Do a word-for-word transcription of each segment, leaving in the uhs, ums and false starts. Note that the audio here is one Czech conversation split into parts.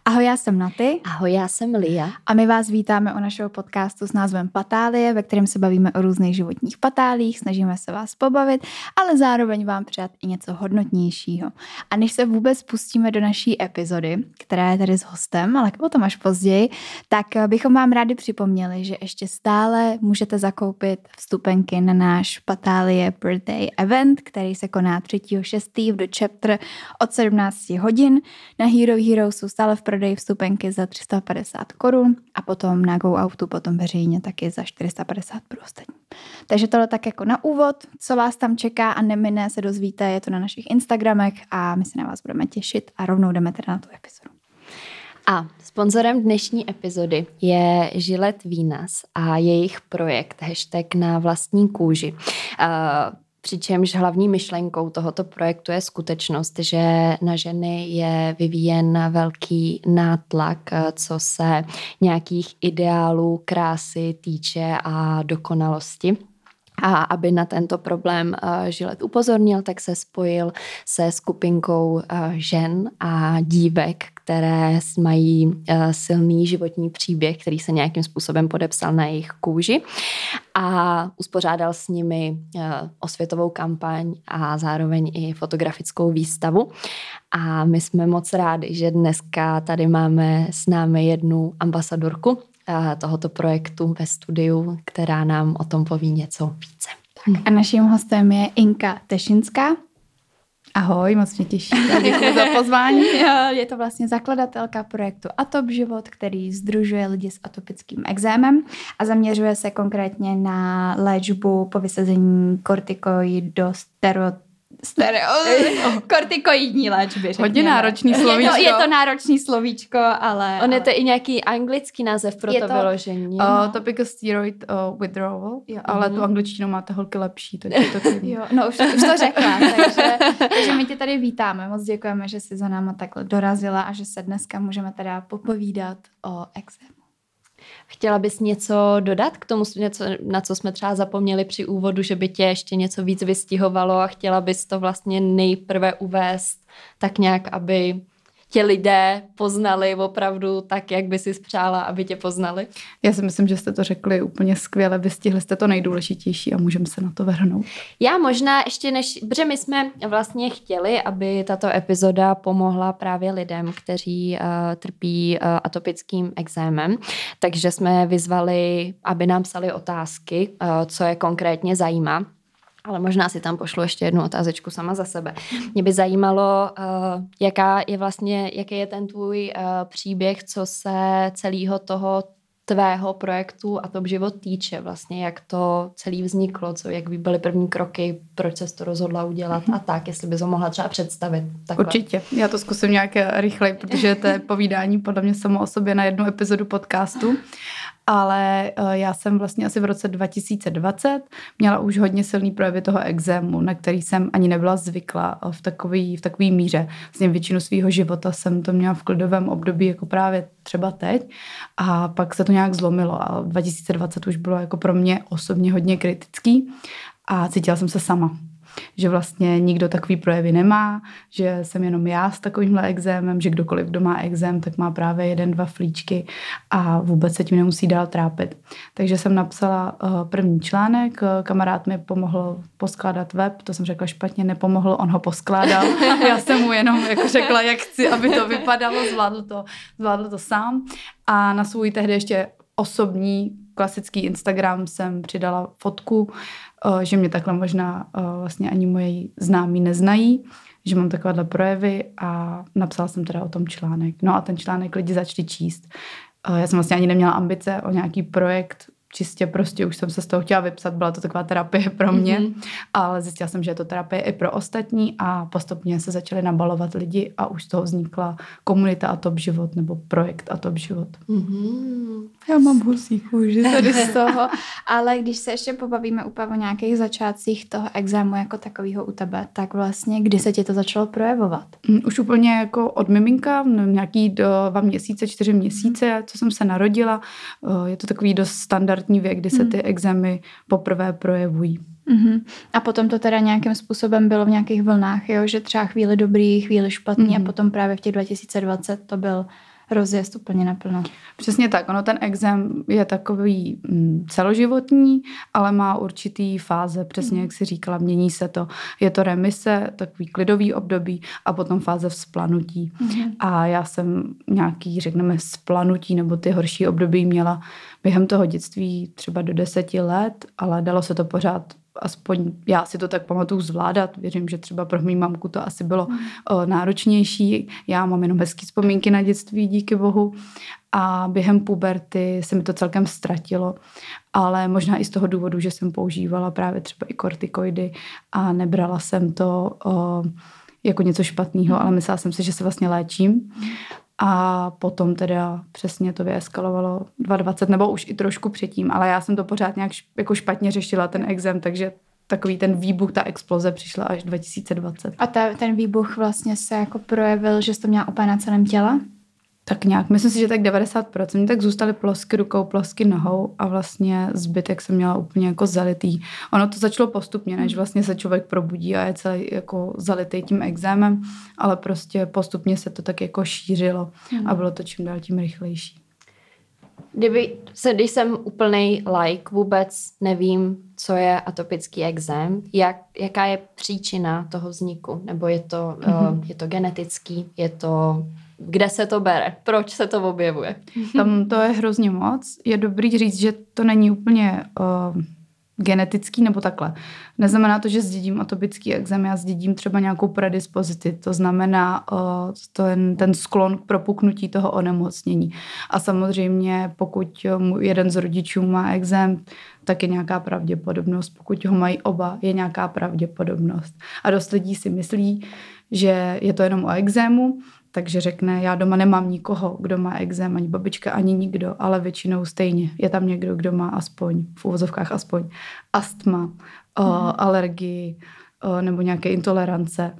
Ahoj, já jsem Naty. Ahoj, já jsem Lia. A my vás vítáme u našeho podcastu s názvem Patálie, ve kterém se bavíme o různých životních patálích, snažíme se vás pobavit, ale zároveň vám přát i něco hodnotnějšího. A než se vůbec pustíme do naší epizody, která je tady s hostem, ale o tom až později, tak bychom vám rádi připomněli, že ještě stále můžete zakoupit vstupenky na náš Patálie Birthday Event, který se koná třetího šestého v The Chapter od sedmnáct hodin. Na Hero Hero jsou stále v prodeji vstupenky za tři sta padesát korun a potom na Go Outu potom veřejně taky za čtyři sta padesát pro ostatní. Takže tohle tak jako na úvod, co vás tam čeká a nemine se dozvíte, je to na našich Instagramech a my se na vás budeme těšit a rovnou jdeme teda na tu epizodu. A sponzorem dnešní epizody je Gillette Venus a jejich projekt hashtag na vlastní kůži. Uh, Přičemž hlavní myšlenkou tohoto projektu je skutečnost, že na ženy je vyvíjen velký nátlak, co se nějakých ideálů krásy týče a dokonalosti. A aby na tento problém Gillette upozornil, tak se spojil se skupinkou žen a dívek, které mají silný životní příběh, který se nějakým způsobem podepsal na jejich kůži a uspořádal s nimi osvětovou kampaň a zároveň i fotografickou výstavu. A my jsme moc rádi, že dneska tady máme s námi jednu ambasadorku tohoto projektu ve studiu, která nám o tom poví něco více. Tak a naším hostem je Inka Tešinská. Ahoj, moc mě těší. Děkuji za pozvání. Je to vlastně zakladatelka projektu Atop život, který sdružuje lidi s atopickým ekzémem a zaměřuje se konkrétně na léčbu po vysazení kortikoidostero Stereo, kortikoidní léčby, řekněme. Hodně náročný slovíčko. Je to, je to náročný slovíčko, ale... On je to i nějaký anglický název pro to, to vyložení. Uh, topical steroid uh, withdrawal, jo, ale mm. tu angličtinu máte holky lepší. To je to jo, no už, už to řekla, takže, takže my tě tady vítáme. Moc děkujeme, že jsi za náma takhle dorazila a že se dneska můžeme teda popovídat o ekzému. Chtěla bys něco dodat k tomu, něco, na co jsme třeba zapomněli při úvodu, že by tě ještě něco víc vystihovalo a chtěla bys to vlastně nejprve uvést tak nějak, aby tě lidé poznali opravdu tak, jak by si přála, aby tě poznali? Já si myslím, že jste to řekli úplně skvěle, vystihli jste to nejdůležitější a můžeme se na to vrhnout. Já možná ještě než, protože my jsme vlastně chtěli, aby tato epizoda pomohla právě lidem, kteří uh, trpí uh, atopickým ekzémem, takže jsme vyzvali, aby nám psali otázky, uh, co je konkrétně zajímá. Ale možná si tam pošlu ještě jednu otázečku sama za sebe. Mě by zajímalo, uh, jaká je vlastně, jaký je ten tvůj uh, příběh, co se celého toho tvého projektu Atop život týče. Vlastně, jak to celý vzniklo, co, jak by byly první kroky, proč ses to rozhodla udělat a tak, jestli bys ho mohla třeba představit. Takhle. Určitě. Já to zkusím nějak rychleji, protože to je povídání podle mě samo o sobě na jednu epizodu podcastu. Ale já jsem vlastně asi v roce dva tisíce dvacet měla už hodně silný projevy toho ekzému, na který jsem ani nebyla zvyklá v takový, v takový míře. Vlastně většinu svého života jsem to měla v klidovém období, jako právě třeba teď. A pak se to nějak zlomilo. A dva tisíce dvacet už bylo jako pro mě osobně hodně kritický a cítila jsem se sama. Že vlastně nikdo takový projevy nemá, že jsem jenom já s takovýmhle ekzémem, že kdokoliv, kdo má ekzém, tak má právě jeden, dva flíčky a vůbec se tím nemusí dál trápit. Takže jsem napsala uh, první článek, kamarád mi pomohl poskládat web, to jsem řekla špatně, nepomohl, on ho poskládal. Já jsem mu jenom jako řekla, jak chci, aby to vypadalo, zvládl to, zvládl to sám. A na svůj tehdy ještě osobní klasický Instagram jsem přidala fotku, že mě takhle možná vlastně ani moji známí neznají, že mám takovéhle projevy a napsala jsem teda o tom článek. No a ten článek lidi začali číst. Já jsem vlastně ani neměla ambice o nějaký projekt, čistě prostě už jsem se z toho chtěla vypsat, byla to taková terapie pro mě, mm-hmm. ale zjistila jsem, že je to terapie i pro ostatní a postupně se začaly nabalovat lidi a už z toho vznikla komunita Atop život nebo projekt Atop život. Mm-hmm. Já mám husí kůži tady z toho, ale když se ještě pobavíme úplně o nějakých začátcích toho exému jako takového u tebe, tak vlastně kdy se ti to začalo projevovat? Už úplně jako od miminka, nějaký dva měsíce, čtyři měsíce, co jsem se narodila. Je to takový dost standardní věk, kdy se ty exémy poprvé projevují. Mm-hmm. A potom to teda nějakým způsobem bylo v nějakých vlnách, jo? Že třeba chvíli dobrý, chvíli špatný mm-hmm. a potom právě v těch dva tisíce dvacet to byl rozjezd úplně naplno. Přesně tak, ono ten exém je takový mm, celoživotní, ale má určitý fáze, přesně jak jsi říkala, mění se to. Je to remise, takový klidový období a potom fáze vzplanutí. Mm. A já jsem nějaký, řekneme, vzplanutí nebo ty horší období měla během toho dětství třeba do deseti let, ale dalo se to pořád, aspoň já si to tak pamatuju, zvládat. Věřím, že třeba pro mý mamku to asi bylo mm. o, náročnější. Já mám jenom hezký vzpomínky na dětství, díky bohu. A během puberty se mi to celkem ztratilo. Ale možná i z toho důvodu, že jsem používala právě třeba i kortikoidy a nebrala jsem to o, jako něco špatného, mm. ale myslela jsem si, že se vlastně léčím. Mm. A potom teda přesně to vyeskalovalo dvacet dva nebo už i trošku předtím, ale já jsem to pořád nějak jako špatně řešila, ten exém, takže takový ten výbuch, ta exploze přišla až dva tisíce dvacet. A ta, ten výbuch vlastně se jako projevil, že jsi to měla úplně na celém těle? Tak nějak, myslím si, že tak devadesát procent, tak zůstaly plosky rukou, plosky nohou a vlastně zbytek jsem měla úplně jako zalitý. Ono to začalo postupně, než vlastně se člověk probudí a je celý jako zalitý tím exémem, ale prostě postupně se to tak jako šířilo a bylo to čím dál tím rychlejší. Kdyby se, když jsem úplnej like, vůbec nevím, co je atopický ekzém, jak, jaká je příčina toho vzniku, nebo je to, mm-hmm. uh, je to genetický, je to... Kde se to bere? Proč se to objevuje? Tam to je hrozně moc. Je dobrý říct, že to není úplně uh, genetický nebo takhle. Neznamená to, že zdědím atopický ekzém, já zdědím třeba nějakou predispozici. To znamená uh, ten, ten sklon k propuknutí toho onemocnění. A samozřejmě, pokud jeden z rodičů má ekzém, tak je nějaká pravděpodobnost. Pokud ho mají oba, je nějaká pravděpodobnost. A dost lidí si myslí, že je to jenom o ekzému, takže řekne, já doma nemám nikoho, kdo má ekzém, ani babička, ani nikdo, ale většinou stejně. Je tam někdo, kdo má aspoň, v uvozovkách aspoň, astma, mm. o, alergii o, nebo nějaké intolerance.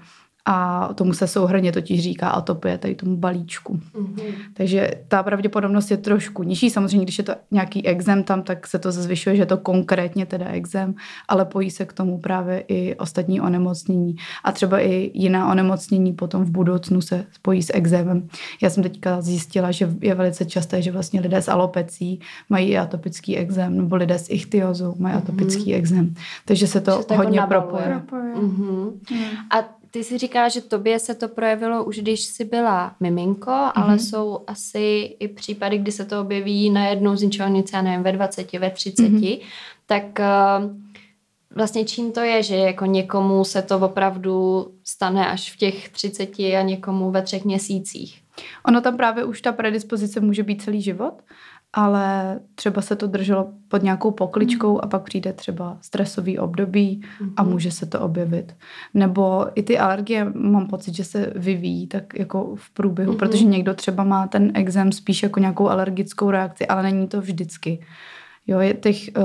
A tomu se souhrnně totiž říká atopie, tady tomu balíčku. Mm-hmm. Takže ta pravděpodobnost je trošku nižší. Samozřejmě, když je to nějaký ekzém tam, tak se to zvyšuje, že je to konkrétně teda ekzém, ale pojí se k tomu právě i ostatní onemocnění. A třeba i jiná onemocnění potom v budoucnu se spojí s ekzémem. Já jsem teďka zjistila, že je velice časté, že vlastně lidé s alopecí mají i atopický ekzém, nebo lidé s ichtyozou mají mm-hmm. atopický ekzém. Takže se to to hodně jako propojuje. Mm-hmm. Mm. A ty jsi říkala, že tobě se to projevilo už, když jsi byla miminko, mm-hmm. ale jsou asi i případy, kdy se to objeví najednou z ničeho nic, já nevím, ve dvaceti, ve třiceti. Mm-hmm. Tak uh, vlastně čím to je, že jako někomu se to opravdu stane až v těch třiceti a někomu ve třech měsících? Ono tam právě už ta predispozice může být celý život, ale třeba se to drželo pod nějakou pokličkou a pak přijde třeba stresový období a může se to objevit. Nebo i ty alergie, mám pocit, že se vyvíjí tak jako v průběhu, mm-hmm. protože někdo třeba má ten ekzém spíš jako nějakou alergickou reakci, ale není to vždycky. Jo, je těch uh,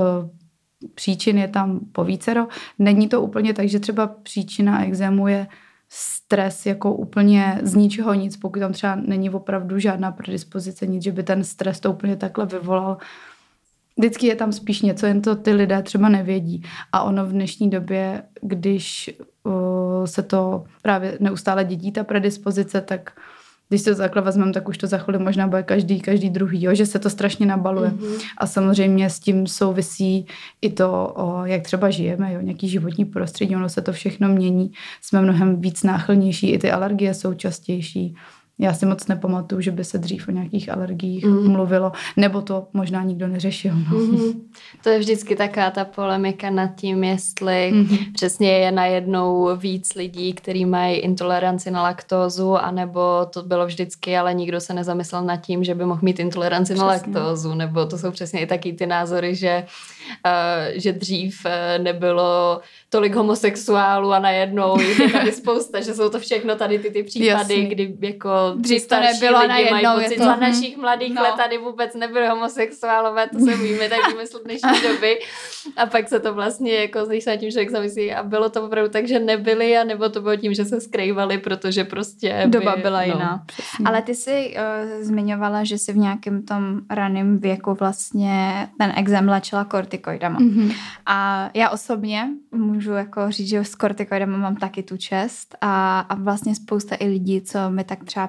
příčin je tam povícero. Není to úplně tak, že třeba příčina ekzému je stres jako úplně z ničeho nic, pokud tam třeba není opravdu žádná predispozice, nic, že by ten stres to úplně takhle vyvolal. Vždycky je tam spíš něco, jen to ty lidé třeba nevědí. A ono v dnešní době, když uh, se to právě neustále dědí, ta predispozice, tak když se to takhle vezmeme, tak už to za chvíli možná bude každý, každý druhý, jo? Že se to strašně nabaluje. Mm-hmm. A samozřejmě s tím souvisí i to, o, jak třeba žijeme, jo? Nějaký životní prostředí, ono se to všechno mění. Jsme mnohem víc náchylnější, i ty alergie jsou častější. Já si moc nepamatuju, že by se dřív o nějakých alergiích mm. mluvilo, nebo to možná nikdo neřešil. No. Mm. To je vždycky taková ta polemika nad tím, jestli mm. přesně je najednou víc lidí, kteří mají intoleranci na laktózu, anebo to bylo vždycky, ale nikdo se nezamyslel nad tím, že by mohl mít intoleranci přesně. na laktózu, nebo to jsou přesně i taky ty názory, že, uh, že dřív uh, nebylo tolik homosexuálů a najednou je tady spousta, že jsou to všechno tady ty, ty případy, Jasný. kdy jako dřív to nebylo lidi najednou, mají pocit, to... za našich mladých no. let tady vůbec nebyly homosexuálové, to se víme, tak vymysl dnešní doby. A pak se to vlastně, jako když se na tím člověk zamyslí, a bylo to opravdu tak, že nebyli, a nebo to bylo tím, že se skrývali, protože prostě doba by, byla no. jiná. Přesně. Ale ty jsi uh, zmiňovala, že jsi v nějakém tom raném věku vlastně ten ekzém léčila kortikoidama. Mm-hmm. A já osobně můžu jako říct, že s kortikoidama mám taky tu čest a, a vlastně spousta i lidí, co mi tak třeba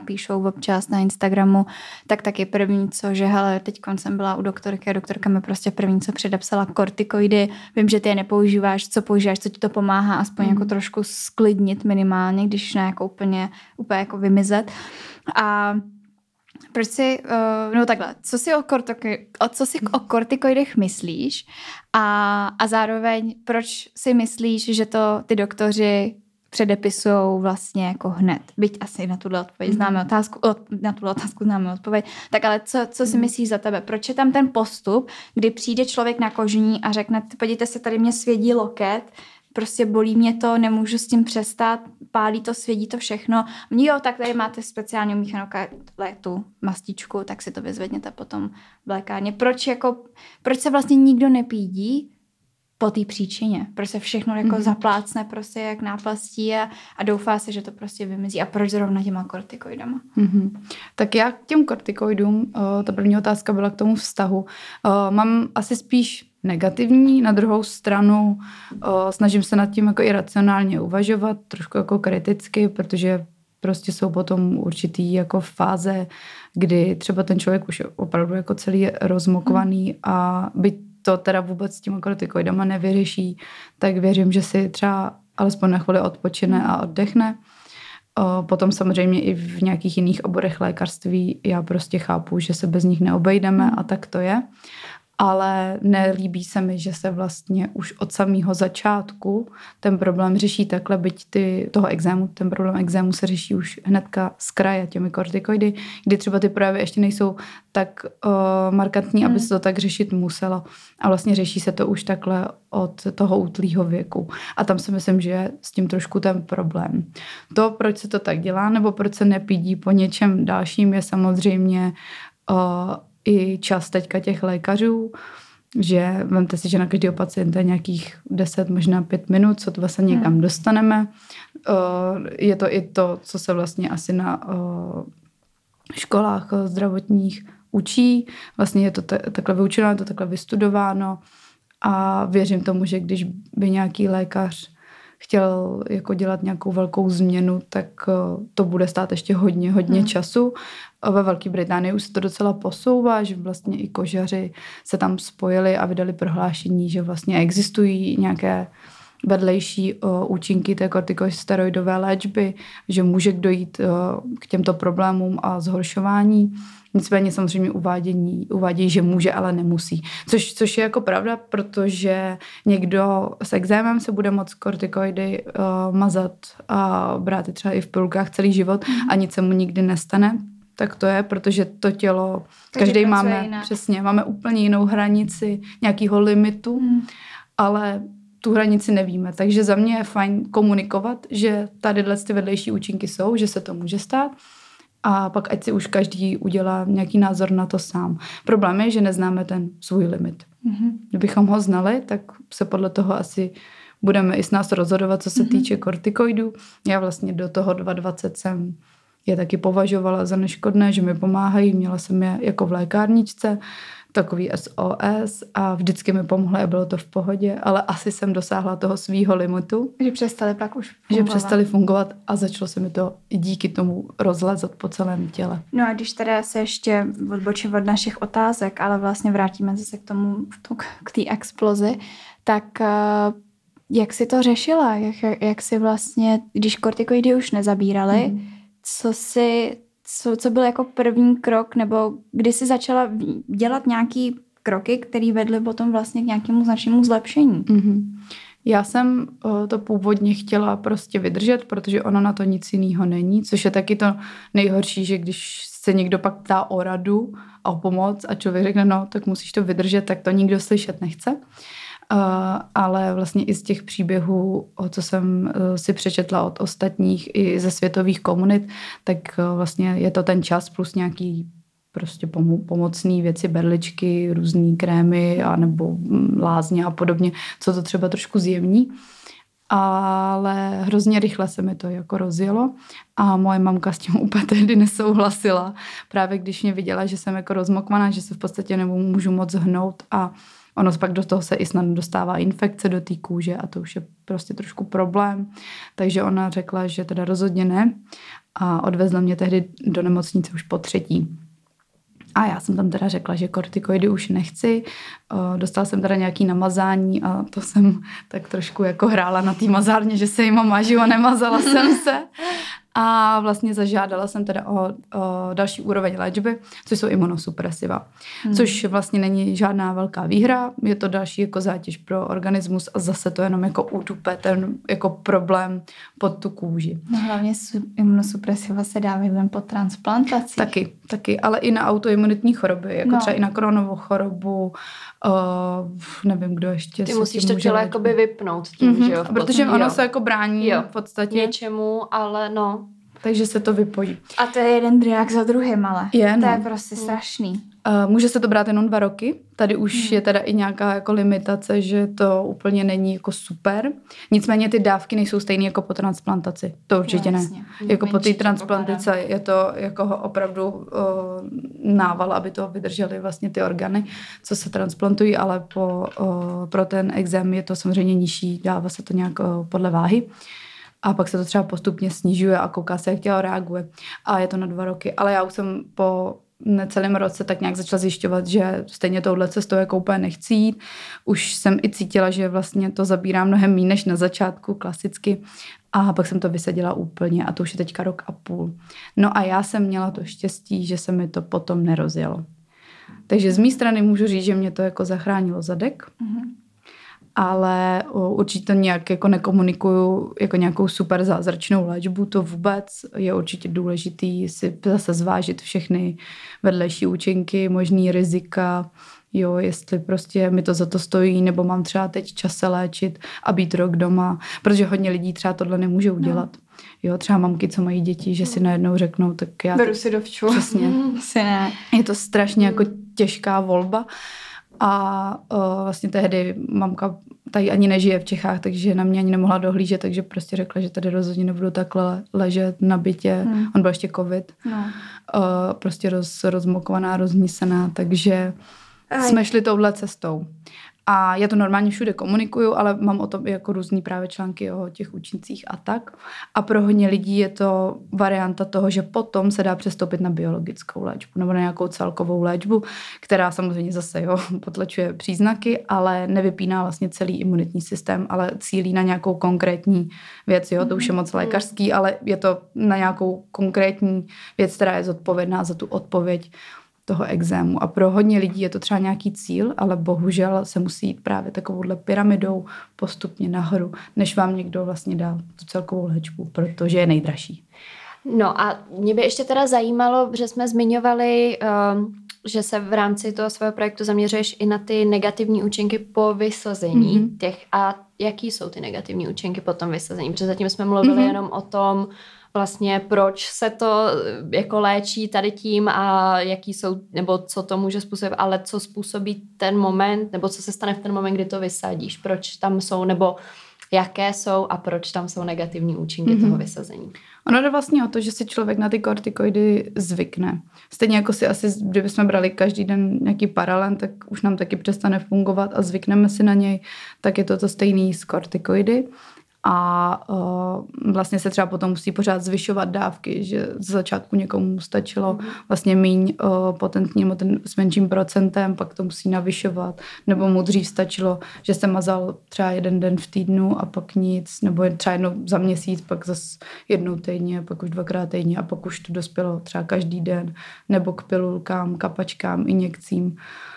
napíšou občas na Instagramu, tak taky první co, že hele, teď jsem byla u doktorky a doktorka mi prostě první co předepsala kortikoidy, vím, že ty je nepoužíváš, co používáš, co ti to pomáhá, aspoň mm. jako trošku sklidnit minimálně, když ne jako úplně, úplně jako vymizet. A proč si, uh, no takhle, co si o, kortiko, o, co si o kortikoidech myslíš a, a zároveň proč si myslíš, že to ty doktoři předepisujou vlastně jako hned? Byť asi na tuhle odpověď známe otázku, na tuhle otázku známe odpověď, tak ale co, co si myslíš za tebe? Proč je tam ten postup, kdy přijde člověk na kožní a řekne, podívejte se, tady mě svědí loket, prostě bolí mě to, nemůžu s tím přestat, pálí to, svědí to všechno. Jo, tak tady máte speciálně umíchanou tu mastičku, tak si to vyzvedněte potom v lékárně. Proč, jako, proč se vlastně nikdo nepídí po té příčině? Proč se všechno jako mm-hmm. zaplácne prostě jak náplastí a, a doufá se, že to prostě vymizí. A proč zrovna těma kortikoidama? Mm-hmm. Tak já k těm kortikoidům, o, ta první otázka byla k tomu vztahu. O, mám asi spíš negativní, na druhou stranu o, snažím se nad tím jako i racionálně uvažovat, trošku jako kriticky, protože prostě jsou potom určitý jako fáze, kdy třeba ten člověk už je opravdu jako celý rozmokvaný a byť to teda vůbec s těma kortikoidama nevyřeší, tak věřím, že si třeba alespoň na chvíli odpočine a oddechne. O, potom samozřejmě i v nějakých jiných oborech lékařství já prostě chápu, že se bez nich neobejdeme a tak to je. Ale nelíbí se mi, že se vlastně už od samého začátku ten problém řeší takhle, byť ty, toho exému, ten problém exému se řeší už hnedka z kraje těmi kortikoidy, kdy třeba ty projevy ještě nejsou tak uh, markantní, hmm. aby se to tak řešit muselo. A vlastně řeší se to už takhle od toho útlýho věku. A tam si myslím, že je s tím trošku ten problém. To, proč se to tak dělá, nebo proč se nepídí po něčem dalším, je samozřejmě uh, i čas teďka těch lékařů, že vemte si, že na každého pacienta je nějakých deset, možná pět minut, co to vlastně někam hmm. dostaneme. Je to i to, co se vlastně asi na školách zdravotních učí. Vlastně je to takhle vyučeno, je to takhle vystudováno a věřím tomu, že když by nějaký lékař chtěl jako dělat nějakou velkou změnu, tak to bude stát ještě hodně, hodně hmm. času. Ve Velké Británii už se to docela posouvá, že vlastně i kožaři se tam spojili a vydali prohlášení, že vlastně existují nějaké vedlejší o, účinky té kortikosteroidové léčby, že může dojít o, k těmto problémům a zhoršování. Nicméně samozřejmě uvádění, uvádějí, že může, ale nemusí. Což, což je jako pravda, protože někdo s exémem se bude moct kortikoidy uh, mazat a brát je třeba i v pilulkách celý život a nic se mu nikdy nestane. Tak to je, protože to tělo, každý máme, jinak. Přesně, máme úplně jinou hranici nějakého limitu, hmm. ale tu hranici nevíme. Takže za mě je fajn komunikovat, že tady ty vedlejší účinky jsou, že se to může stát. A pak ať si už každý udělá nějaký názor na to sám. Problém je, že neznáme ten svůj limit. Mm-hmm. Kdybychom ho znali, tak se podle toho asi budeme i s nás rozhodovat, co se mm-hmm. týče kortikoidů. Já vlastně do toho dvacet dva jsem je taky považovala za neškodné, že mi pomáhají. Měla jsem je jako v lékárničce, takový S O S a vždycky mi pomohly a bylo to v pohodě, ale asi jsem dosáhla toho svýho limitu. Že přestali pak už fungovat. Že přestali fungovat a začalo se mi to i díky tomu rozlezat po celém těle. No a když teda se ještě odbočím od našich otázek, ale vlastně vrátíme se k tomu, k té explozi, tak jak jsi to řešila? Jak, jak jsi vlastně, když kortikoidy už nezabírali, mm. co si... Co, co byl jako první krok, nebo kdy jsi začala dělat nějaký kroky, které vedly potom vlastně k nějakému značnému zlepšení? Mm-hmm. Já jsem o, to původně chtěla prostě vydržet, protože ono na to nic jiného není, což je taky to nejhorší, že když se někdo pak ptá o radu a o pomoc a člověk řekne, no, tak musíš to vydržet, tak to nikdo slyšet nechce. Uh, ale vlastně i z těch příběhů, co jsem uh, si přečetla od ostatních i ze světových komunit, tak uh, vlastně je to ten čas plus nějaký prostě pomo- pomocný věci, berličky, různý krémy a nebo lázně a podobně, co to třeba trošku zjemní. Ale hrozně rychle se mi to jako rozjelo a moje mamka s tím úplně tehdy nesouhlasila. Právě když mě viděla, že jsem jako rozmokvaná, že se v podstatě nemůžu moc hnout a ono pak do toho se i snad dostává infekce do té kůže a to už je prostě trošku problém. Takže ona řekla, že teda rozhodně ne. a odvezla mě tehdy do nemocnice už po třetí. A já jsem tam teda řekla, že kortikoidy už nechci. Dostala jsem teda nějaký namazání a to jsem tak trošku jako hrála na té mazárně, že se jima mažu a nemazala jsem se. A vlastně zažádala jsem teda o, o další úroveň léčby, což jsou imunosupresiva. Hmm. Což vlastně není žádná velká výhra, je to další jako zátěž pro organismus a zase to jenom jako udupe ten jako problém pod tu kůži. No hlavně imunosupresiva se dá lidem po transplantaci. Taky, taky, ale i na autoimunitní choroby, jako no. třeba i na Crohnovu chorobu, uh, nevím, kdo ještě. Ty musíš to tělo jakoby vypnout tím, mm-hmm, že jo? Protože ono jo. se jako brání jo. v podstatě. Něčemu, ale no. Takže se to vypojí. A to je jeden driák za druhým, ale je, no. To je prostě strašný. Uh, může se to brát jenom dva roky. Tady už hmm. je teda i nějaká jako limitace, že to úplně není jako super. Nicméně ty dávky nejsou stejné jako po transplantaci. To určitě no, ne. Jako po té transplantaci je to jako opravdu uh, nával, aby to vydržely vlastně ty orgány, co se transplantují, ale po, uh, pro ten exém je to samozřejmě nižší, dává se to nějak uh, podle váhy. A pak se to třeba postupně snižuje a kouká se, jak tělo reaguje. A je to na dva roky. Ale já už jsem po necelém roce tak nějak začala zjišťovat, že stejně touhle cestou jako úplně nechci jít. Už jsem i cítila, že vlastně to zabírá mnohem méně než na začátku klasicky. A pak jsem to vysadila úplně a to už je teďka rok a půl. No a já jsem měla to štěstí, že se mi to potom nerozjelo. Takže z mé strany můžu říct, že mě to jako zachránilo zadek. Mm-hmm. Ale určitě to nějak jako nekomunikuju jako nějakou super zázračnou léčbu, to vůbec je určitě důležitý si zase zvážit všechny vedlejší účinky, možný rizika, jo, jestli prostě mi to za to stojí, nebo mám třeba teď čas se léčit a být rok doma, protože hodně lidí třeba tohle nemůže udělat. No. Jo, třeba mamky, co mají děti, že si najednou řeknou, tak já... Beru si dovču. Přesně. si ne. Je to strašně jako těžká volba. A uh, vlastně tehdy mamka tady ani nežije v Čechách, takže na mě ani nemohla dohlížet, takže prostě řekla, že tady rozhodně nebudu takhle ležet na bytě. Hmm. On byl ještě covid. No. Uh, prostě roz, rozmokovaná, roznísená, takže Aj. jsme šli touhle cestou. A já to normálně všude komunikuju, ale mám o tom i jako různý právě články o těch účincích a tak. A pro hodně lidí je to varianta toho, že potom se dá přestoupit na biologickou léčbu nebo na nějakou celkovou léčbu, která samozřejmě zase jo, potlačuje příznaky, ale nevypíná vlastně celý imunitní systém, ale cílí na nějakou konkrétní věc. Jo? To už je moc lékařský, ale je to na nějakou konkrétní věc, která je zodpovědná za tu odpověď toho exému. A pro hodně lidí je to třeba nějaký cíl, ale bohužel se musí jít právě takovouhle pyramidou postupně nahoru, než vám někdo vlastně dá tu celkovou léčbu, protože je nejdražší. No a mě by ještě teda zajímalo, že jsme zmiňovali, um, že se v rámci toho svého projektu zaměřuješ i na ty negativní účinky po vysazení mm-hmm. těch. A jaký jsou ty negativní účinky po tom vysazení? Protože zatím jsme mluvili mm-hmm. jenom o tom, vlastně proč se to jako léčí tady tím a jaký jsou, nebo co to může způsobit, ale co způsobí ten moment, nebo co se stane v ten moment, kdy to vysadíš, proč tam jsou, nebo jaké jsou a proč tam jsou negativní účinky mm-hmm. toho vysazení. Ono jde vlastně o to, že si člověk na ty kortikoidy zvykne. Stejně jako si asi, kdybychom brali každý den nějaký paralen, tak už nám taky přestane fungovat a zvykneme si na něj, tak je to to stejný s kortikoidy. A uh, vlastně se třeba potom musí pořád zvyšovat dávky, že z začátku někomu stačilo vlastně míň uh, potentní nebo ten s menším procentem, pak to musí navyšovat, nebo mu dřív stačilo, že se mazal třeba jeden den v týdnu a pak nic, nebo třeba jednou za měsíc, pak zase jednou týdně, pak už dvakrát týdně a pak už to dospělo třeba každý den, nebo k pilulkám, kapačkám, injekcím.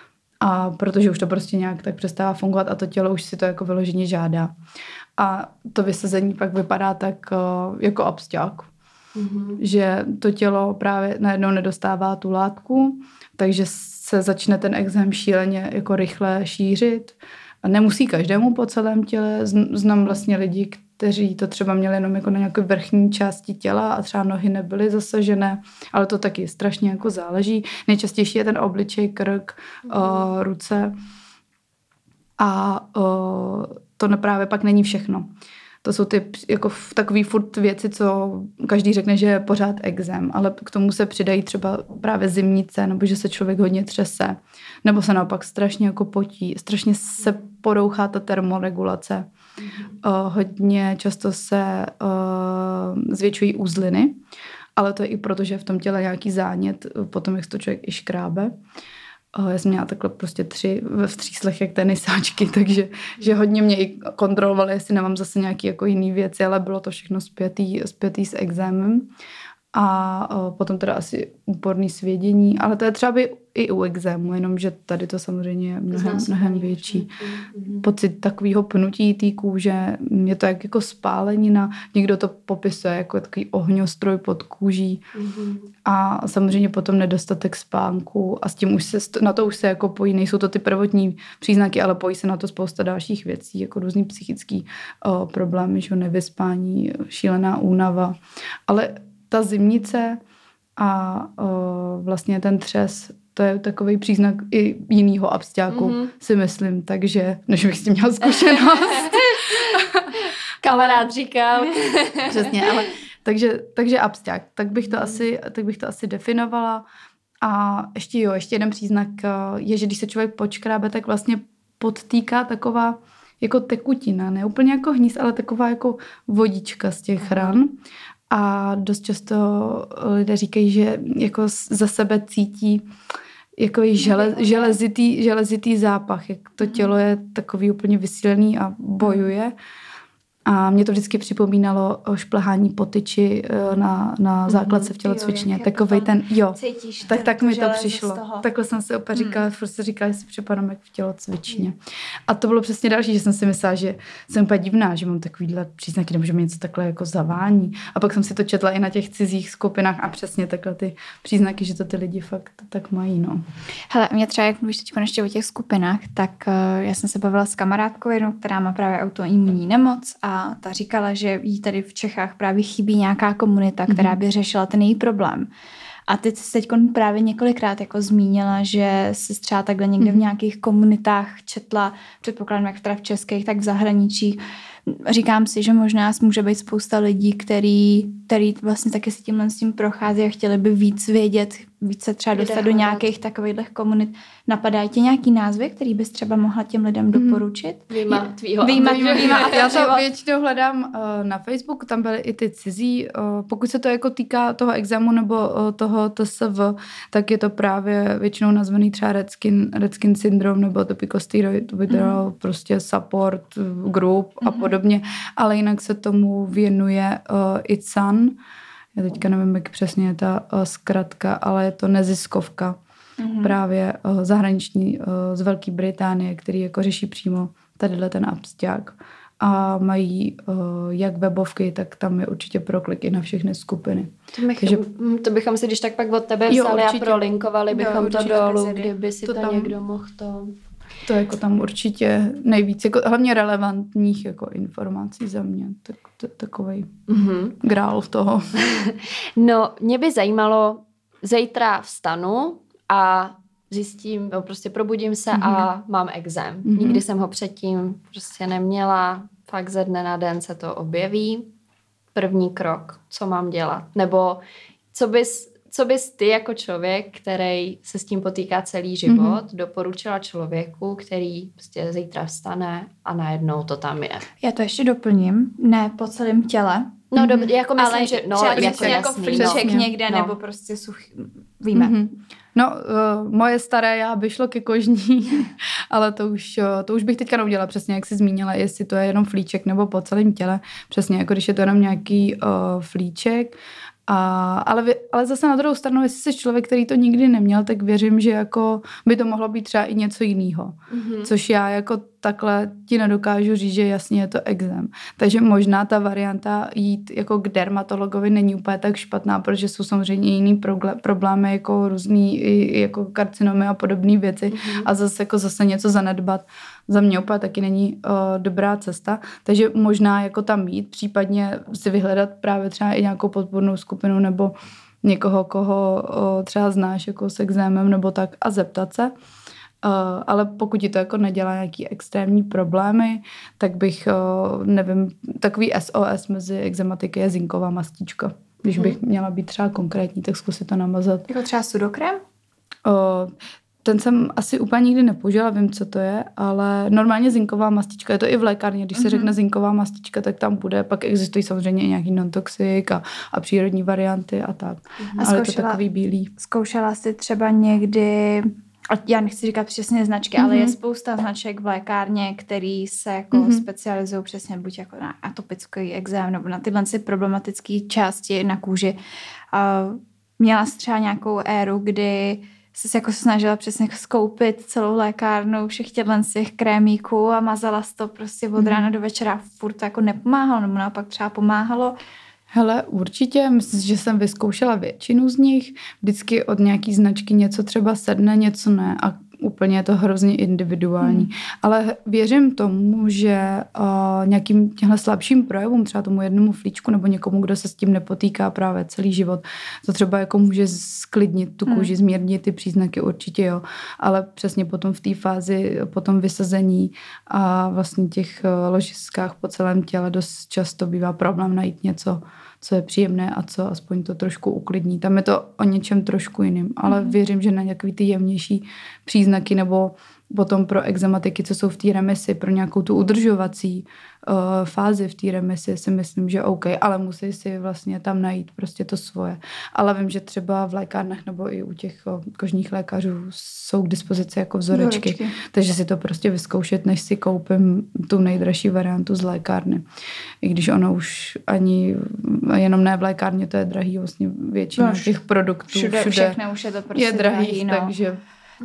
A protože už to prostě nějak tak přestává fungovat a to tělo už si to jako vyloženě žádá. A to vysazení pak vypadá tak uh, jako absťák. Mm-hmm. Že to tělo právě najednou nedostává tu látku, takže se začne ten exém šíleně jako rychle šířit. A nemusí každému po celém těle. Znám vlastně lidi, kteří to třeba měli jenom jako na nějaké vrchní části těla a třeba nohy nebyly zasažené, ale to taky strašně jako záleží. Nejčastější je ten obličej, krk, mm-hmm. uh, ruce a uh, to právě pak není všechno. To jsou ty jako takový furt věci, co každý řekne, že je pořád exém, ale k tomu se přidají třeba právě zimnice, nebo že se člověk hodně třese, nebo se naopak strašně jako potí, strašně se porouchá ta termoregulace. Mm-hmm. Uh, hodně často se uh, zvětšují úzliny ale to je i proto, že je v tom těle nějaký zánět, potom jak se to člověk i škrábe. Já jsem měla takhle prostě tři ve vstříslech jak tenisáčky, takže že hodně mě i kontrolovali, jestli nemám zase nějaký jako jiný věci, ale bylo to všechno zpětý, zpětý s exémem. A potom teda asi úporný svědění, ale to je třeba by i u exému, jenomže tady to samozřejmě je mnohem, mnohem větší. Mm-hmm. Pocit takového pnutí té kůže, je to jak jako spálenina, někdo to popisuje jako takový ohňostroj pod kůží mm-hmm. a samozřejmě potom nedostatek spánku a s tím už se, na to už se jako pojí, nejsou to ty prvotní příznaky, ale pojí se na to spousta dalších věcí, jako různý psychický o, problémy, že nevyspání, šílená únava, ale ta zimnice a o, vlastně ten třes, to je takový příznak i jinýho absťáku, mm-hmm. si myslím, takže, než bych s tím měla zkušenost. Kamarád říkal. Přesně, ale takže, takže absťák, tak bych to mm. asi, tak bych to asi definovala. A ještě jo, ještě jeden příznak je, že když se člověk počkrábe, tak vlastně podtýká taková jako tekutina, ne úplně jako hníz, ale taková jako vodička z těch ran. A dost často lidé říkají, že jako za sebe cítí jako žele, železitý, železitý zápach, jak to tělo je takový úplně vysílený a bojuje. A mě to vždycky připomínalo o šplhání po tyči na, na základce v tělocvičně. Takovej ten, jo, cítíš tak, ten, tak mi to přišlo. Takhle jsem si opět říkala, hmm. prostě říkala, že si připadám jak v tělocvičně. Hmm. A to bylo přesně další, že jsem si myslela, že jsem úplně divná, že mám takovýhle příznaky, nebo že mě něco takhle jako zavání. A pak jsem si to četla i na těch cizích skupinách a přesně takhle ty příznaky, že to ty lidi fakt tak mají, no. Hele, mě třeba, jak mluvíš teď ještě o těch skupinách, tak uh, já jsem se bavila s kamarádkou jednou, která má právě autoimunní nemoc a A ta říkala, že jí tady v Čechách právě chybí nějaká komunita, která by řešila ten její problém. A ty jsi teď právě několikrát jako zmínila, že jsi třeba takhle někde v nějakých komunitách četla, předpokládám jak teda v českých, tak v zahraničí. Říkám si, že možná může být spousta lidí, který, který vlastně taky si tímhle s tím prochází a chtěli by víc vědět, víc se třeba dostat do nějakých takových komunit. Napadají tě nějaký názvy, který bys třeba mohla těm lidem doporučit? Výjima tvýho. Výjima, výjima Já to většinou hledám uh, na Facebooku, tam byly i ty cizí. Uh, pokud se to jako týká toho exému nebo uh, toho T S V, tak je to právě většinou nazvaný třeba Red Skin, Red Skin syndrom nebo Topical Steroid Withdrawal, mm. prostě support group a podobně. Podobně, ale jinak se tomu věnuje uh, I C A N. Já teďka nevím, jak přesně je ta uh, zkratka, ale je to neziskovka mm-hmm. právě uh, zahraniční uh, z Velké Británie, který jako řeší přímo tadyhle ten absťák. A mají uh, jak webovky, tak tam je určitě proklik i na všechny skupiny. To, bych, Takže, to bychom si když tak pak od tebe vzali a prolinkovali bychom jo, to dolů, kdyby si to, to tam, někdo mohl to... To jako tam určitě nejvíc, jako hlavně relevantních jako informací za mě. Tak, to, takovej mm-hmm. grál toho. No, mě by zajímalo, zítra vstanu a zjistím, no, prostě probudím se mm-hmm. a mám exém. Mm-hmm. Nikdy jsem ho předtím prostě neměla, fakt ze dne na den se to objeví. První krok, co mám dělat? Nebo co bys Co bys ty jako člověk, který se s tím potýká celý život, mm-hmm. doporučila člověku, který prostě zítra vstane a najednou to tam je? Já to ještě doplním. Ne po celém těle. No mm-hmm. dobře, jako myslím, ale že... No, třeba jako, jako flíček no. někde, no. nebo prostě suchý. Víme. Mm-hmm. No, uh, moje staré já by šlo ke kožní, ale to už, uh, to už bych teďka neudělala přesně, jak jsi zmínila, jestli to je jenom flíček nebo po celém těle. Přesně, jako když je to jenom nějaký uh, flíček. A, ale, ale zase na druhou stranu, jestli jsi člověk, který to nikdy neměl, tak věřím, že jako by to mohlo být třeba i něco jiného. Mm-hmm. Což já jako takhle ti nedokážu říct, že jasně je to exém. Takže možná ta varianta jít jako k dermatologovi není úplně tak špatná, protože jsou samozřejmě jiný problémy, jako různý jako karcinomy a podobné věci. Mm-hmm. A zase jako zase něco zanedbat za mě úplně taky není uh, dobrá cesta. Takže možná jako tam jít, případně si vyhledat právě třeba i nějakou podpornou skupinu nebo někoho, koho uh, třeba znáš jako s exémem nebo tak a zeptat se. Uh, ale pokud ti to jako nedělá nějaký extrémní problémy, tak bych, uh, nevím, takový S O S mezi exematiky je zinková mastička. Když bych měla být třeba konkrétní, tak zkusit to namazat. Jako třeba sudokrém? Uh, ten jsem asi úplně nikdy nepoužila, vím, co to je, ale normálně zinková mastička, je to i v lékárně, když se mm-hmm. řekne zinková mastička, tak tam bude, pak existují samozřejmě i nějaký non-toxic a, a přírodní varianty a tak. Mm-hmm. Ale je to takový bílý. Zkoušela jsi třeba někdy, já nechci říkat přesně značky, mm-hmm. ale je spousta značek v lékárně, který se jako mm-hmm. specializují přesně buď jako na atopický exém nebo na tyhle si problematické části na kůži. Uh, měla jsi třeba nějakou éru, kdy jsi se jako snažila přesně skoupit celou lékárnu všech těchto z těch krémíků a mazala jsi to prostě od rána do večera, furt to jako nepomáhalo, nebo naopak třeba pomáhalo? Hele, určitě, myslím, že jsem vyzkoušela většinu z nich, vždycky od nějaký značky něco třeba sedne, něco ne a úplně je to hrozně individuální. Hmm. Ale věřím tomu, že uh, nějakým těhle slabším projevům, třeba tomu jednomu flíčku nebo někomu, kdo se s tím nepotýká právě celý život, to třeba jako může sklidnit tu kůži, hmm. zmírnit ty příznaky, určitě jo. Ale přesně potom v té fázi, potom vysazení a vlastně těch uh, ložiskách po celém těle dost často bývá problém najít něco, co je příjemné a co aspoň to trošku uklidní. Tam je to o něčem trošku jiným, ale mm. věřím, že na nějaký ty jemnější příznaky nebo potom pro exematiky, co jsou v té remisi, pro nějakou tu udržovací uh, fázi v té remisi si myslím, že OK, ale musí si vlastně tam najít prostě to svoje. Ale vím, že třeba v lékárnách nebo i u těch uh, kožních lékařů jsou k dispozici jako vzorečky, vzorečky, takže si to prostě vyzkoušet, než si koupím tu nejdražší variantu z lékárny. I když ono už ani jenom ne v lékárně, to je drahý, vlastně většina no, těch produktů všude, všude všechno už je to prostě je drahý, drahý no. takže...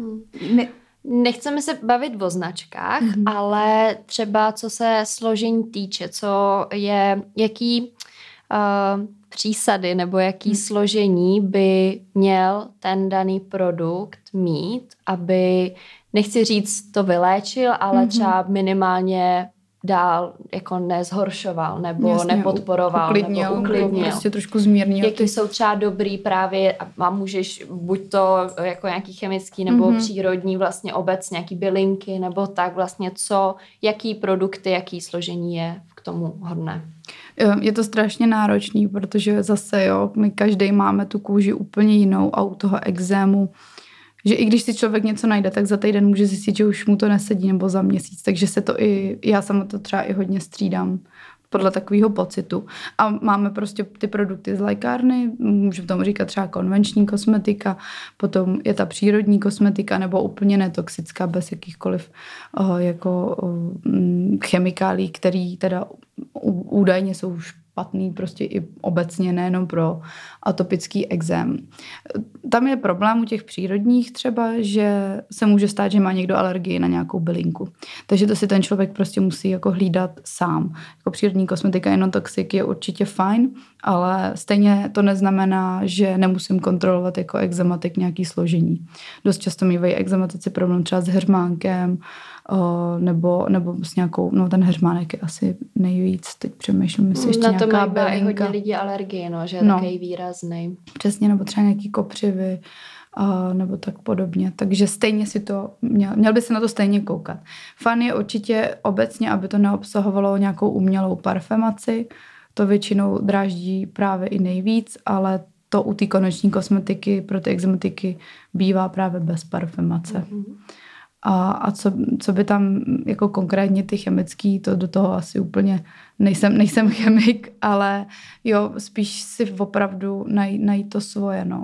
My... Nechceme se bavit o značkách, mm-hmm. ale třeba co se složení týče, co je, jaký uh, přísady nebo jaký mm. složení by měl ten daný produkt mít, aby, nechci říct, to vyléčil, ale mm-hmm. třeba minimálně dál jako nezhoršoval nebo Jasně, nepodporoval uklidnil, nebo uklidnil. Prostě trošku zmírnil. Jaký ty... jsou třeba dobrý právě a můžeš buď to jako nějaký chemický nebo mm-hmm. přírodní vlastně obec, nějaký bylinky nebo tak vlastně co, jaký produkty, jaký složení je k tomu hodné. Je to strašně náročný, protože zase jo, my každý máme tu kůži úplně jinou a u toho ekzému že i když si člověk něco najde, tak za týden může zjistit, že už mu to nesedí nebo za měsíc. Takže se to i, já sama to třeba i hodně střídám podle takového pocitu. A máme prostě ty produkty z lékárny, můžu tomu říkat třeba konvenční kosmetika, potom je ta přírodní kosmetika nebo úplně netoxická, bez jakýchkoliv uh, jako uh, chemikálí, které teda údajně jsou už špatný prostě i obecně, nejenom pro atopický ekzém. Tam je problém u těch přírodních třeba, že se může stát, že má někdo alergii na nějakou bylinku. Takže to si ten člověk prostě musí jako hlídat sám. Jako přírodní kosmetika inotoxik je určitě fajn, ale stejně to neznamená, že nemusím kontrolovat jako ekzematik nějaký složení. Dost často mývají exematici problém třeba s heřmánkem, O, nebo, nebo s nějakou, no ten heřmánek je asi nejvíc, teď přemýšlím, jestli ještě nějaká bylinka. Na to mají hodně lidí alergie, no, že je no, takový výrazný. Přesně, nebo třeba nějaký kopřivy, a, nebo tak podobně. Takže stejně si to, měl, měl by se na to stejně koukat. Fajn je určitě obecně, aby to neobsahovalo nějakou umělou parfemaci, to většinou dráždí právě i nejvíc, ale to u té koneční kosmetiky pro ty exematiky bývá právě bez parfemace. Mm-hmm. A, a co, co by tam jako konkrétně ty chemický, to do toho asi úplně nejsem, nejsem chemik, ale jo, spíš si opravdu najít, najít to svoje, no.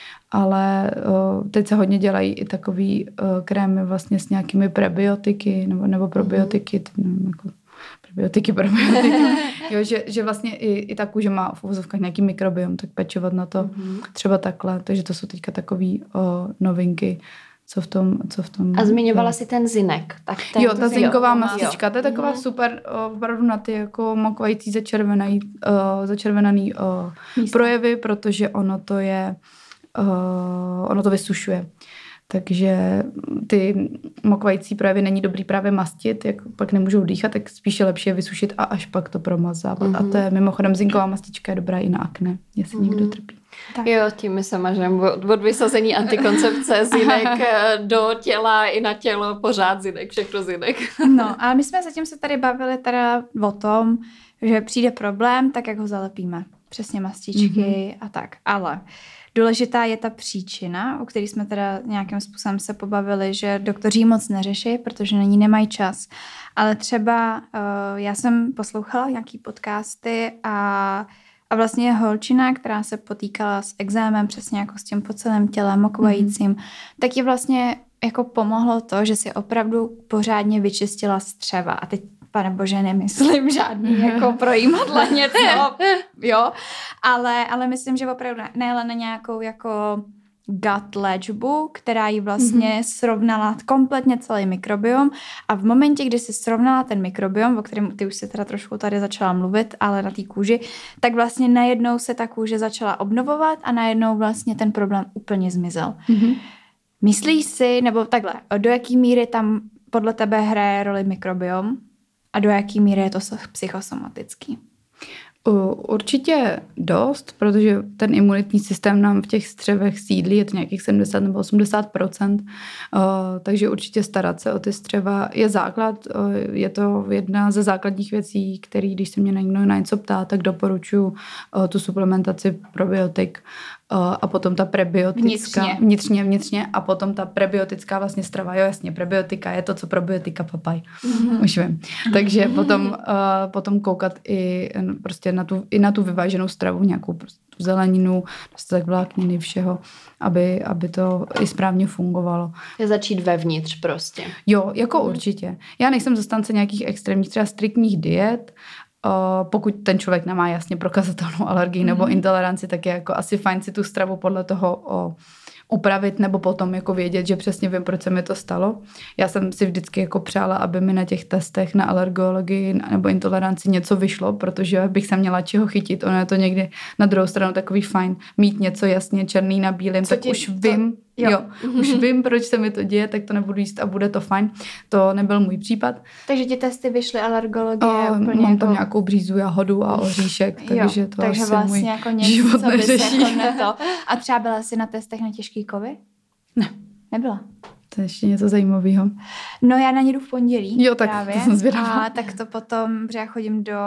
Ale o, teď se hodně dělají i takový o, krémy vlastně s nějakými prebiotiky nebo, nebo probiotiky, nevím, jako prebiotiky, probiotiky, jo, že, že vlastně i, i ta kůže má v uvozovkách nějaký mikrobiom, tak pečovat na to mm-hmm. třeba takhle, takže to jsou teďka takový o, novinky, Co v tom, co v tom... A zmiňovala jo. si ten zinek. Tak ten jo, ta zinková mastička, to je taková mm. super, opravdu na ty jako mokvající začervenaný, uh, začervenaný uh, projevy, protože ono to je, uh, ono to vysušuje. Takže ty mokvající projevy není dobrý právě mastit, jak pak nemůžou dýchat, tak spíše lepší je vysušit a až pak to promazávat. Mm-hmm. A to je mimochodem zinková mastička je dobrá i na akné, jestli mm-hmm. někdo trpí. Tak. Jo, tím my se mažeme od, od vysazení antikoncepce zinek do těla i na tělo, pořád zinek, všechno zinek. No, ale my jsme zatím se tady bavili teda o tom, že přijde problém, tak jak ho zalepíme. Přesně mastičky mm-hmm. a tak. Ale důležitá je ta příčina, o které jsme teda nějakým způsobem se pobavili, že doktoři moc neřeší, protože na ní nemají čas. Ale třeba uh, já jsem poslouchala nějaký podcasty a A vlastně je holčina, která se potýkala s ekzémem, přesně jako s tím po celém těle, mokovajícím, mm. tak ji vlastně jako pomohlo to, že si opravdu pořádně vyčistila střeva. A teď, pane bože, nemyslím žádný jako projímadla něco, jo, ale, ale myslím, že opravdu nejle na nějakou jako gut léčbu, která jí vlastně mm-hmm. srovnala kompletně celý mikrobiom a v momentě, kdy si srovnala ten mikrobiom, o kterém ty už si teda trošku tady začala mluvit, ale na té kůži, tak vlastně najednou se ta kůže začala obnovovat a najednou vlastně ten problém úplně zmizel. Mm-hmm. Myslíš si, nebo takhle, do jaký míry tam podle tebe hraje roli mikrobiom a do jaký míry je to psychosomatický? Určitě dost, protože ten imunitní systém nám v těch střevech sídlí, je to nějakých sedmdesát nebo osmdesát procent, uh, takže určitě starat se o ty střeva je základ, uh, je to jedna ze základních věcí, který, když se mě někdo na něco ptá, tak doporučuji uh, tu suplementaci probiotik uh, a potom ta prebiotická. Vnitřně. Vnitřně, vnitřně a potom ta prebiotická vlastně strava, jo jasně, prebiotika je to, co probiotika papaj, mm-hmm. už vím. Takže potom, uh, potom koukat i prostě na tu, i na tu vyváženou stravu, nějakou prostě tu zeleninu, dostatek vlákniny, všeho, aby, aby to i správně fungovalo. Je začít vevnitř prostě. Jo, jako hmm. určitě. Já nejsem zastánce nějakých extrémních, třeba striktních diet. Uh, pokud ten člověk nemá jasně prokazatelnou alergii hmm. nebo intoleranci, tak je jako asi fajn si tu stravu podle toho uh, upravit nebo potom jako vědět, že přesně vím, proč se mi to stalo. Já jsem si vždycky jako přála, aby mi na těch testech na alergologii nebo intoleranci něco vyšlo, protože bych se měla čeho chytit. Ono je to někdy na druhou stranu takový fajn mít něco jasně černý na bílém, tak ti, už vím, to, jo. Jo, už vím, proč se mi to děje, tak to nebudu jíst a bude to fajn. To nebyl můj případ. Takže ti testy vyšly alergologie o, úplně mám jako... tam nějakou břízu jahodu a oříšek, takže jo, to takže asi vlastně můj jako něco, život co neřeší. Jako neto. A třeba byla jsi na testech na těžký kovy? Ne. Nebyla. To je ještě něco zajímavého. No já na ně jdu v pondělí. Jo, tak právě. to jsem zvědavá. A tak to potom, že já chodím do,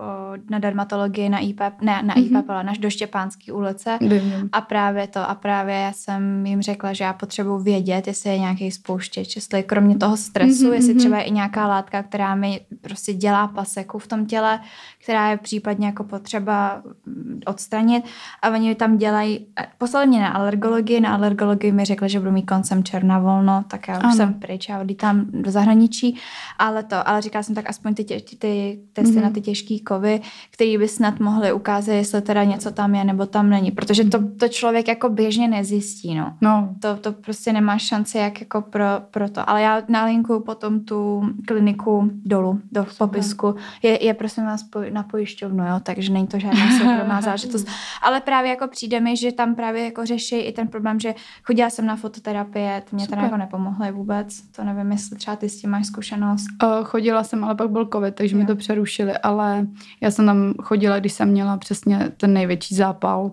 na dermatologii, na I P, ne na mm-hmm. I P P, ale na do Štěpánské ulice. Vím. A právě to, a právě já jsem jim řekla, že já potřebuji vědět, jestli je nějaký spouštěč, jestli kromě toho stresu, mm-hmm. jestli třeba je i nějaká látka, která mi prostě dělá paseku v tom těle, která je případně jako potřeba odstranit. A oni tam dělají, poslali mě na alergologii, na alergologii mi řekla, že budu mít koncem června volno, tak já už ano. jsem pryč, já odlítám do zahraničí, ale to, ale říkala jsem tak aspoň ty, tě, ty, ty testy mm-hmm. na ty těžký kovy, který by snad mohly ukázat, jestli teda něco tam je nebo tam není, protože to, to člověk jako běžně nezjistí, no. no. To, to prostě nemá šanci jak jako pro, pro to, ale já nalinkuju potom tu kliniku dolů, do popisku, je, je prosím vás na pojišťovnu, jo, takže není to žádná soukromá záležitost, ale právě jako přijde mi, že tam právě jako řeší i ten problém, že chodila jsem na fototerapie, to mě teda jako nepomohly vůbec, to nevím, jestli třeba ty s tím máš zkušenost. Uh, chodila jsem, ale pak byl covid, takže jo. mi to přerušili, ale já jsem tam chodila, když jsem měla přesně ten největší zápal.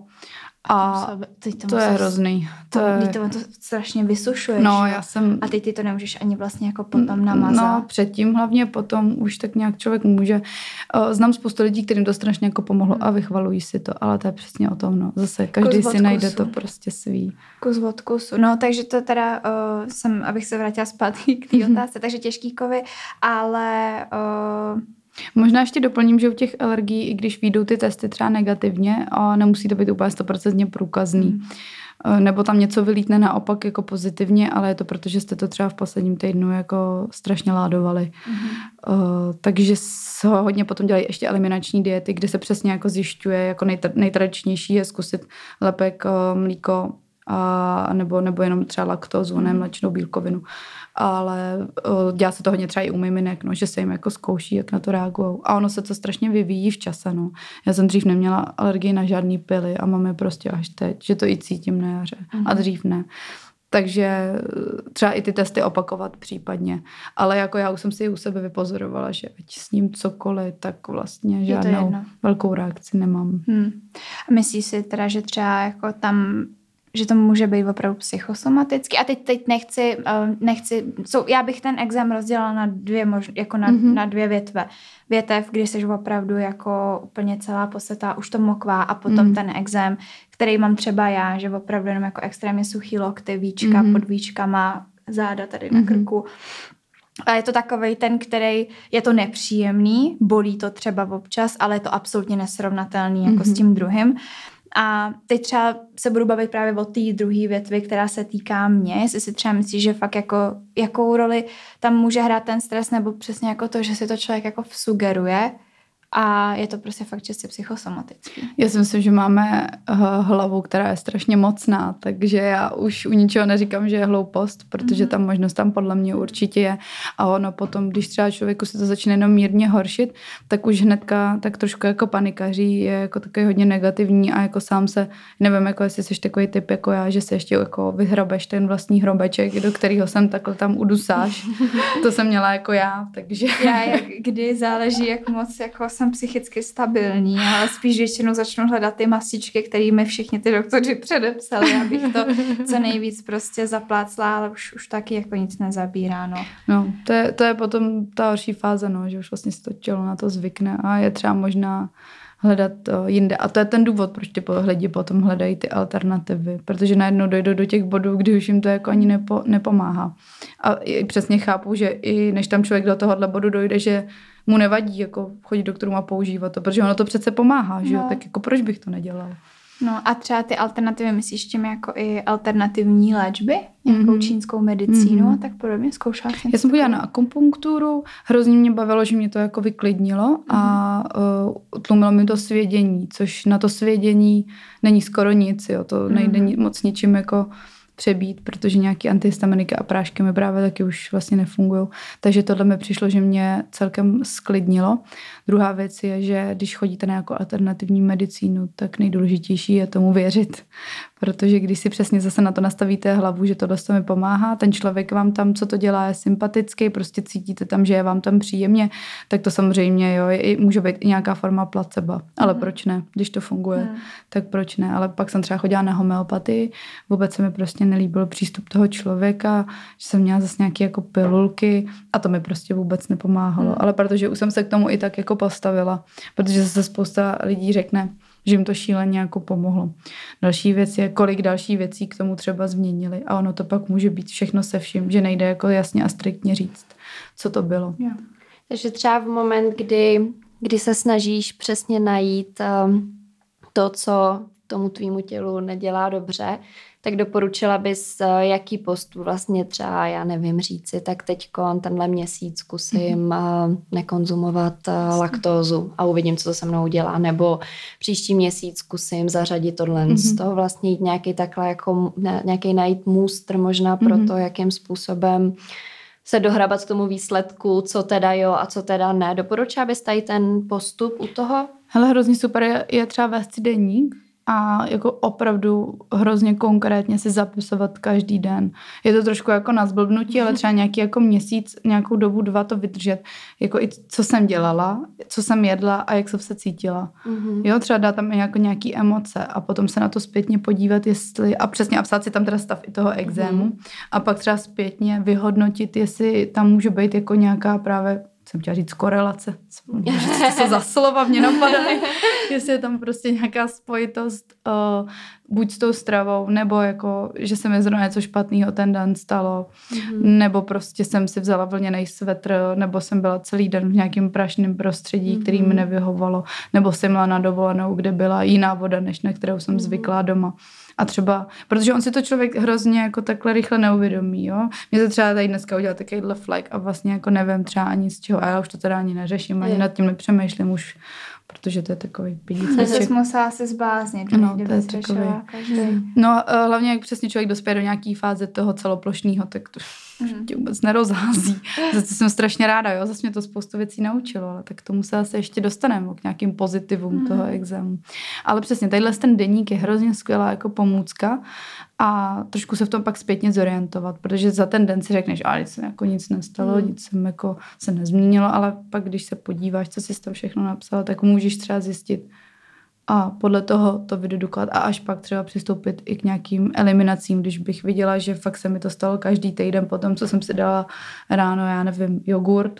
A to, to, to je hrozný. To, to, je... to, to strašně vysušuješ. No, já jsem... A ty ty to nemůžeš ani vlastně jako potom namazat. No, předtím hlavně, potom už tak nějak člověk může. Znám spoustu lidí, kterým to strašně jako pomohlo a vychvalují si to, ale to je přesně o tom, no. Zase každý si najde to prostě svý. Kus od kusu. No, takže to teda uh, jsem, abych se vrátila zpátky k té mm-hmm. otázce, takže těžký kovy, ale... Uh, Možná ještě doplním, že u těch alergií, i když vyjdou ty testy třeba negativně, a nemusí to být úplně sto procent průkazný. Mm. Nebo tam něco vylítne naopak jako pozitivně, ale je to proto, že jste to třeba v posledním týdnu jako strašně ládovali. Mm. Uh, takže se hodně potom dělají ještě eliminační diety, kde se přesně jako zjišťuje, jako nejtra- nejtradičnější je zkusit lepek, uh, mlíko, a nebo, nebo jenom třeba laktózu, mm. ne mléčnou bílkovinu. Ale uh, dělá se to hodně třeba i u miminek, no, že se jim jako zkouší, jak na to reagují. A ono se to strašně vyvíjí v čase. No. Já jsem dřív neměla alergii na žádný pily a mám je prostě až teď, že to i cítím na jaře. Mm. A dřív ne. Takže třeba i ty testy opakovat případně. Ale jako já už jsem si u sebe vypozorovala, že ať s ním cokoliv, tak vlastně žádnou velkou reakci nemám. Hmm. A myslíš si teda, že třeba jako tam... že to může být opravdu psychosomatický. A teď, teď nechci, nechci so, já bych ten exém rozdělala na dvě, mož, jako na, mm-hmm. na dvě větve. Větev, kdy jsi opravdu jako úplně celá posetá, už to mokvá a potom mm. ten exém, který mám třeba já, že opravdu jenom jako extrémně suchý lokty, víčka, mm-hmm. pod víčkama, záda tady na krku. A je to takovej ten, který je to nepříjemný, bolí to třeba občas, ale je to absolutně nesrovnatelný jako mm-hmm. s tím druhým. A teď třeba se budu bavit právě o té druhé větvi, která se týká mě, jestli si třeba myslíš, že fakt jako, jakou roli tam může hrát ten stres, nebo přesně jako to, že si to člověk jako vsugeruje a je to prostě fakt čistě psychosomatický. Já si myslím, že máme hlavu, která je strašně mocná, takže já už u ničeho neříkám, že je hloupost, protože mm-hmm. ta možnost tam podle mě určitě je. A ono potom, když třeba člověku se to začne jenom mírně horšit, tak už hnedka tak trošku jako panikaří, je jako takový hodně negativní a jako sám se, nevím, jako jestli jsi takový typ jako já, že se ještě jako vyhrabeš ten vlastní hrobeček, do kterého jsem takhle tam udusáš. To jsem měla jako já, takže... Já, jak, kdy záleží, jak moc jako jsem psychicky stabilní, ale spíš většinou začnu hledat ty masičky, které mi všichni ty doktoři předepsali, abych to co nejvíc prostě zaplácla, ale už, už taky jako nic nezabírá, no. No, to je, to je potom ta horší fáze, no, že už vlastně si to tělo na to zvykne a je třeba možná hledat to jinde. A to je ten důvod, proč ty lidi potom hledají ty alternativy, protože najednou dojdou do těch bodů, kdy už jim to jako ani nepo, nepomáhá. A i přesně chápu, že i než tam člověk do tohohle bodu dojde, že mu nevadí jako chodit doktorům a používat to, protože ono to přece pomáhá, že jo? No. Tak jako proč bych to nedělal? No a třeba ty alternativy, myslíš tím jako i alternativní léčby? Nějakou mm-hmm. čínskou medicínu mm-hmm. a tak podobně? Zkoušela jsem? Já jsem podívala na akupunkturu, hrozně mě bavilo, že mě to jako vyklidnilo mm-hmm. a uh, tlumilo mi to svědění, což na to svědění není skoro nic, jo? To nejde mm-hmm. moc ničím jako přebít, protože nějaký antihistaminika a prášky mi právě taky už vlastně nefungují. Takže tohle mi přišlo, že mě celkem sklidnilo. Druhá věc je, že když chodíte na nějakou alternativní medicínu, tak nejdůležitější je tomu věřit. Protože když si přesně zase na to nastavíte hlavu, že tohle mi pomáhá, ten člověk vám tam, co to dělá, je sympatický, prostě cítíte tam, že je vám tam příjemně, tak to samozřejmě jo, je, může být i nějaká forma placebo. Ale mm. proč ne? Když to funguje, mm. tak proč ne? Ale pak jsem třeba chodila na homeopatii, vůbec se mi prostě nelíbil přístup toho člověka, že jsem měla zase nějaké jako pilulky a to mi prostě vůbec nepomáhalo. Mm. Ale protože už jsem se k tomu i tak jako postavila, protože zase spousta lidí řekne, že jim to šíleně jako pomohlo. Další věc je, kolik další věcí k tomu třeba změnili a ono to pak může být všechno se vším, že nejde jako jasně a striktně říct, co to bylo. Yeah. Takže třeba v moment, kdy, kdy se snažíš přesně najít um, to, co tomu tvýmu tělu nedělá dobře, tak doporučila bys, jaký postup vlastně třeba, já nevím, říci, tak teďko tenhle měsíc zkusím mm-hmm. nekonzumovat laktózu a uvidím, co to se mnou udělá, nebo příští měsíc zkusím zařadit tohle mm-hmm. z toho vlastně jít nějaký takhle jako, nějaký najít můstr možná pro mm-hmm. to, jakým způsobem se dohrabat k tomu výsledku, co teda jo a co teda ne. Doporučila bys tady ten postup u toho? Hele, hrozně super je, je třeba vést si deník a jako opravdu hrozně konkrétně si zapisovat každý den. Je to trošku jako na zblbnutí, ale třeba nějaký jako měsíc, nějakou dobu, dva to vydržet. Jako i co jsem dělala, co jsem jedla a jak jsem se cítila. Mm-hmm. Jo, třeba dát tam jako nějaký emoce a potom se na to zpětně podívat, jestli, a přesně a psát si tam teda stav i toho exému mm-hmm. a pak třeba zpětně vyhodnotit, jestli tam může být jako nějaká právě, jsem chtěla říct korelace, co se za slova mě napadaly, jestli je tam prostě nějaká spojitost uh, buď s tou stravou, nebo jako, že se mi zrovna něco špatného ten den stalo, mm-hmm. nebo prostě jsem si vzala vlněnej svetr, nebo jsem byla celý den v nějakém prašném prostředí, mm-hmm. který mi nevyhovovalo, nebo jsem byla na dovolenou, kde byla jiná voda, než na kterou jsem mm-hmm. zvyklá doma. A třeba, protože on si to člověk hrozně jako takhle rychle neuvědomí, jo. Mě to třeba tady dneska udělal takovýhle flek a vlastně jako nevím třeba ani z čeho, a já už to teda ani neřeším, ani je. nad tím nepřemýšlím už, protože to je takový pidíc. To jsi musela se zbláznit, no, to je takový. No hlavně jak přesně člověk dospěje do nějaký fáze toho celoplošného, tak to mm. tě vůbec nerozhází. Zase jsem strašně ráda, jo, zase mě to spoustu věcí naučilo, ale tak k tomu se asi ještě dostaneme, k nějakým pozitivům mm. toho exému. Ale přesně, tadyhle ten deník je hrozně skvělá jako pomůcka a trošku se v tom pak zpětně zorientovat, protože za ten den si řekneš, ale nic se jako nic nestalo, mm. nic jsem jako se nezměnilo, ale pak když se podíváš, co jsi tam všechno napsala, tak můžeš třeba zjistit a podle toho to vydedukovat a až pak třeba přistoupit i k nějakým eliminacím, když bych viděla, že fakt se mi to stalo každý týden potom, co jsem si dala ráno, já nevím, jogurt,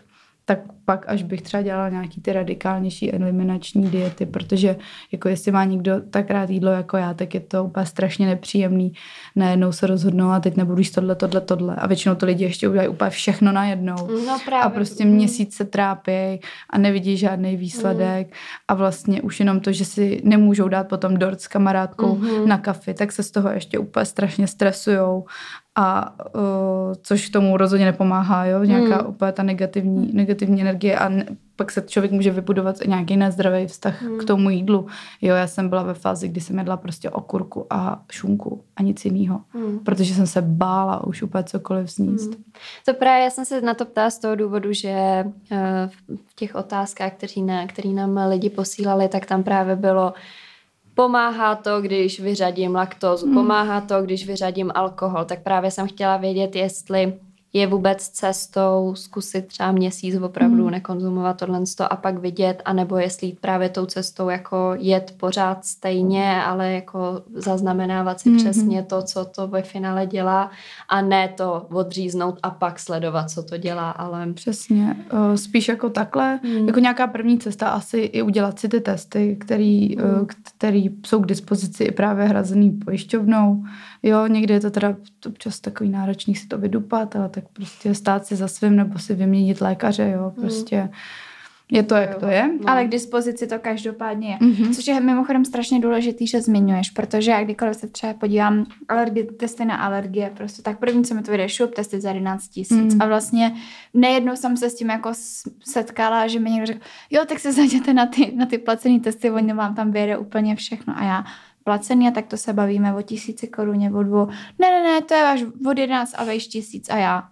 tak pak až bych třeba dělala nějaký ty radikálnější eliminační diety, protože jako jestli má někdo tak rád jídlo jako já, tak je to úplně strašně nepříjemný. Najednou se rozhodnou a teď nebudu jíst tohle, tohle, tohle. A většinou to lidi ještě udělají úplně všechno najednou. No právě. A prostě měsíc se trápí a nevidí žádný výsledek. Mm. A vlastně už jenom to, že si nemůžou dát potom dort s kamarádkou mm-hmm. na kafi, tak se z toho ještě úplně strašně stresujou. A uh, což tomu rozhodně nepomáhá, jo, nějaká mm. úplně ta negativní, negativní energie a ne, pak se člověk může vybudovat nějaký nezdravý vztah mm. k tomu jídlu. Jo, já jsem byla ve fázi, kdy jsem jedla prostě okurku a šunku a nic jiného, mm. protože jsem se bála už úplně cokoliv sníst. Mm. To právě já jsem se na to ptala z toho důvodu, že uh, v těch otázkách, který, na, který nám lidi posílali, tak tam právě bylo pomáhá to, když vyřadím laktózu, mm. pomáhá to, když vyřadím alkohol, tak právě jsem chtěla vědět, jestli je vůbec cestou zkusit třeba měsíc opravdu mm. nekonzumovat tohle a pak vidět, anebo jestli jít právě tou cestou jako jet pořád stejně, ale jako zaznamenávat si mm. přesně to, co to ve finále dělá a ne to odříznout a pak sledovat, co to dělá, ale... Přesně. Spíš jako takhle, mm. jako nějaká první cesta asi i udělat si ty testy, který, mm. který jsou k dispozici i právě hrazený pojišťovnou. Jo, někdy je to teda občas takový náročný si to vydupat, ale tak prostě stát si za svým nebo si vyměnit lékaře, jo, prostě mm. je to, jak to je. No. Ale k dispozici to každopádně je. Mm-hmm. Což je mimochodem strašně důležitý, že zmiňuješ, protože já kdykoliv se třeba podívám alergie, testy na alergie, prostě tak první, co mi to vyjde, šup, testy za jedenáct tisíc. Mm. A vlastně nejednou jsem se s tím jako setkala, že mi někdo řekl, jo, tak se zajděte na ty, na ty placený testy, oni vám tam vyjede úplně všechno. A já placený a tak to se bavíme o tisíci koruně, o dvou. Ne, ne, ne, to je až od jedenáct a vejš tisíc a já.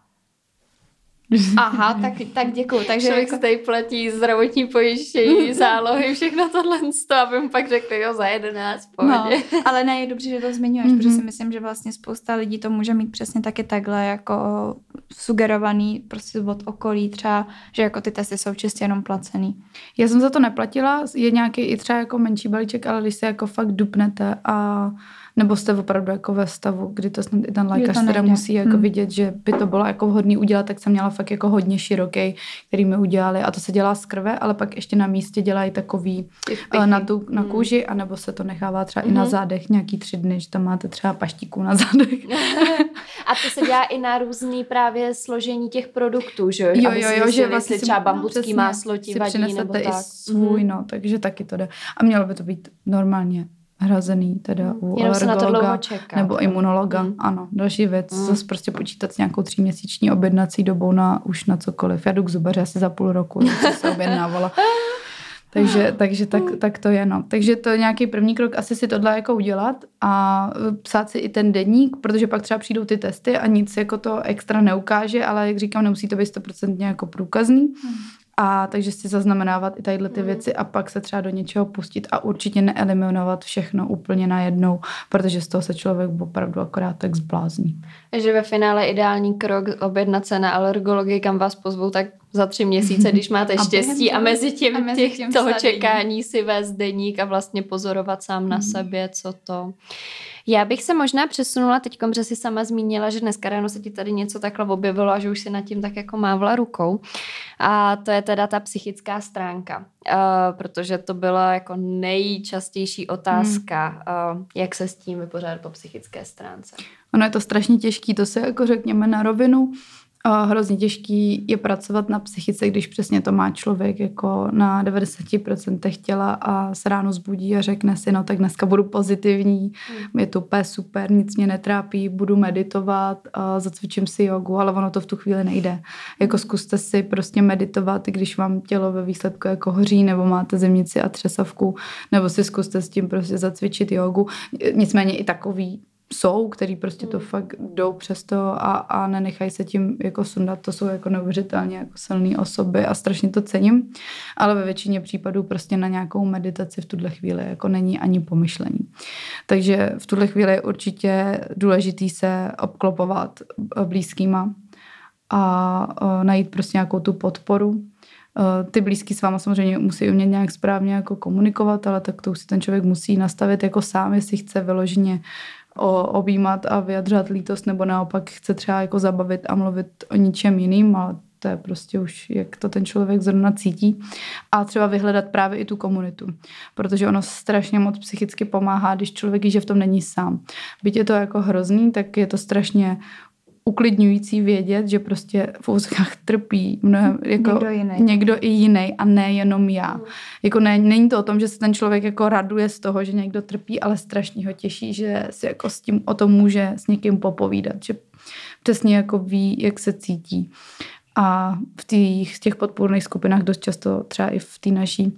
Aha, tak, tak děkuju. Takže člověk jako... tady platí zdravotní pojištění, zálohy, všechno tohle, aby mu pak řekli, jo, za jedenáct, v pohodě. No, ale ne, je dobře, že to zmiňuješ, mm-hmm. protože si myslím, že vlastně spousta lidí to může mít přesně taky takhle jako sugerovaný prostě od okolí třeba, že jako ty testy jsou čistě jenom placený. Já jsem za to neplatila, je nějaký i třeba jako menší balíček, ale když se jako fakt dupnete a nebo jste opravdu jako ve stavu, kdy to snad i ten lékař teda musí jako hmm. vidět, že by to bylo jako vhodný udělat, tak jsem měla fakt jako hodně široký, který mi udělali a to se dělá z krve, ale pak ještě na místě dělají takový na, tu, na kůži, hmm. anebo se to nechává třeba hmm. i na zádech nějaký tři dny, že tam máte třeba paštíků na zádech. A to se dělá i na různý právě složení těch produktů, že? Jo, jo, jo, že vlastně třeba bambucký no, máslo ti vadí, nebo tak. I svůj, mm-hmm. no, takže taky to jde. A mělo by to být normálně hrazený teda mm. u jenom alergologa čeká, nebo imunologa. Mm. Ano, další věc, mm. zase prostě počítat s nějakou tříměsíční objednací dobou na už na cokoliv. Já jdu k zubaři asi za půl roku, co se objednávala. Takže, takže tak, tak to je, no. Takže to je nějaký první krok, asi si tohle jako udělat a psát si i ten deník, protože pak třeba přijdou ty testy a nic jako to extra neukáže, ale jak říkám, nemusí to být stoprocentně jako průkazný. Hmm. A takže si zaznamenávat i tadyhle ty věci a pak se třeba do něčeho pustit a určitě neeliminovat všechno úplně najednou, protože z toho se člověk opravdu akorát tak zblázní. Takže ve finále ideální krok objednat se na alergologii, kam vás pozvou tak za tři měsíce, když máte štěstí a mezi tím, a mezi těch, tím toho čekání si vést deník a vlastně pozorovat sám na mm. sebe, co to... Já bych se možná přesunula teďkom, že si sama zmínila, že dneska ráno se ti tady něco takhle objevilo a že už si nad tím tak jako mávla rukou. A to je teda ta psychická stránka, uh, protože to byla jako nejčastější otázka, hmm. uh, jak se s tím vypořádat po psychické stránce. Ono je to strašně těžký, to se jako řekněme na rovinu. A hrozně těžký je pracovat na psychice, když přesně to má člověk jako na devadesát procent těla a se ráno zbudí a řekne si, no tak dneska budu pozitivní, mm. je to úplně super, nic mě netrápí, budu meditovat, a zacvičím si jogu, ale ono to v tu chvíli nejde. Jako zkuste si prostě meditovat, když vám tělo ve výsledku jako hoří, nebo máte zimnici a třesavku, nebo si zkuste s tím prostě zacvičit jogu. Nicméně i takový jsou, který prostě to fakt jdou přes to a, a nenechají se tím jako sundat. To jsou jako neuvěřitelně jako silné osoby a strašně to cením, ale ve většině případů prostě na nějakou meditaci v tuhle chvíli jako není ani pomyšlení. Takže v tuhle chvíli je určitě důležitý se obklopovat blízkýma a, a najít prostě nějakou tu podporu. Ty blízký s váma samozřejmě musí umět nějak správně jako komunikovat, ale tak to už si ten člověk musí nastavit jako sám, jestli chce vyloženě o, objímat a vyjadřovat lítost, nebo naopak chce třeba jako zabavit a mluvit o ničem jiným, ale to je prostě už, jak to ten člověk zrovna cítí. A třeba vyhledat právě i tu komunitu, protože ono strašně moc psychicky pomáhá, když člověk ví, že v tom není sám. Byť je to jako hrozný, tak je to strašně uklidňující vědět, že prostě v úzkách trpí mnohem, jako někdo, jiný. někdo i jiný a ne jenom já. Mm. Jako ne, není to o tom, že se ten člověk jako raduje z toho, že někdo trpí, ale strašně ho těší, že si jako s tím o tom může s někým popovídat, že přesně jako ví, jak se cítí. A v těch, v těch podpůrných skupinách dost často třeba i v té naší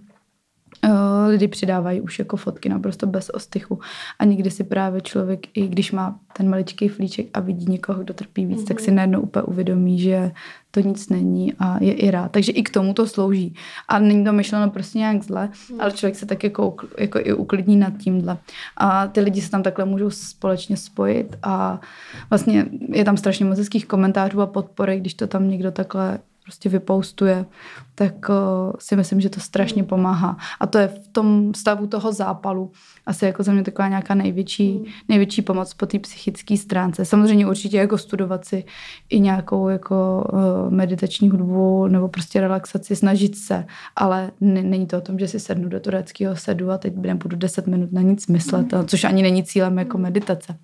lidi přidávají už jako fotky naprosto bez ostychu. A někdy si právě člověk, i když má ten maličký flíček a vidí někoho, kdo trpí víc, mm-hmm. tak si najednou úplně uvědomí, že to nic není a je i rád. Takže i k tomu to slouží. A není to myšleno prostě nějak zle, mm. ale člověk se tak jako, jako i uklidní nad tímhle. A ty lidi se tam takhle můžou společně spojit a vlastně je tam strašně moc hezkých komentářů a podpory, když to tam někdo takhle prostě vypoustuje, tak uh, si myslím, že to strašně pomáhá. A to je v tom stavu toho zápalu asi jako za mě taková nějaká největší, mm. největší pomoc po té psychické stránce. Samozřejmě určitě jako studovat si i nějakou jako uh, meditační hudbu nebo prostě relaxaci, snažit se, ale n- není to o tom, že si sednu do tureckého sedu a teď nebudu deset minut na nic myslet, mm. což ani není cílem jako meditace.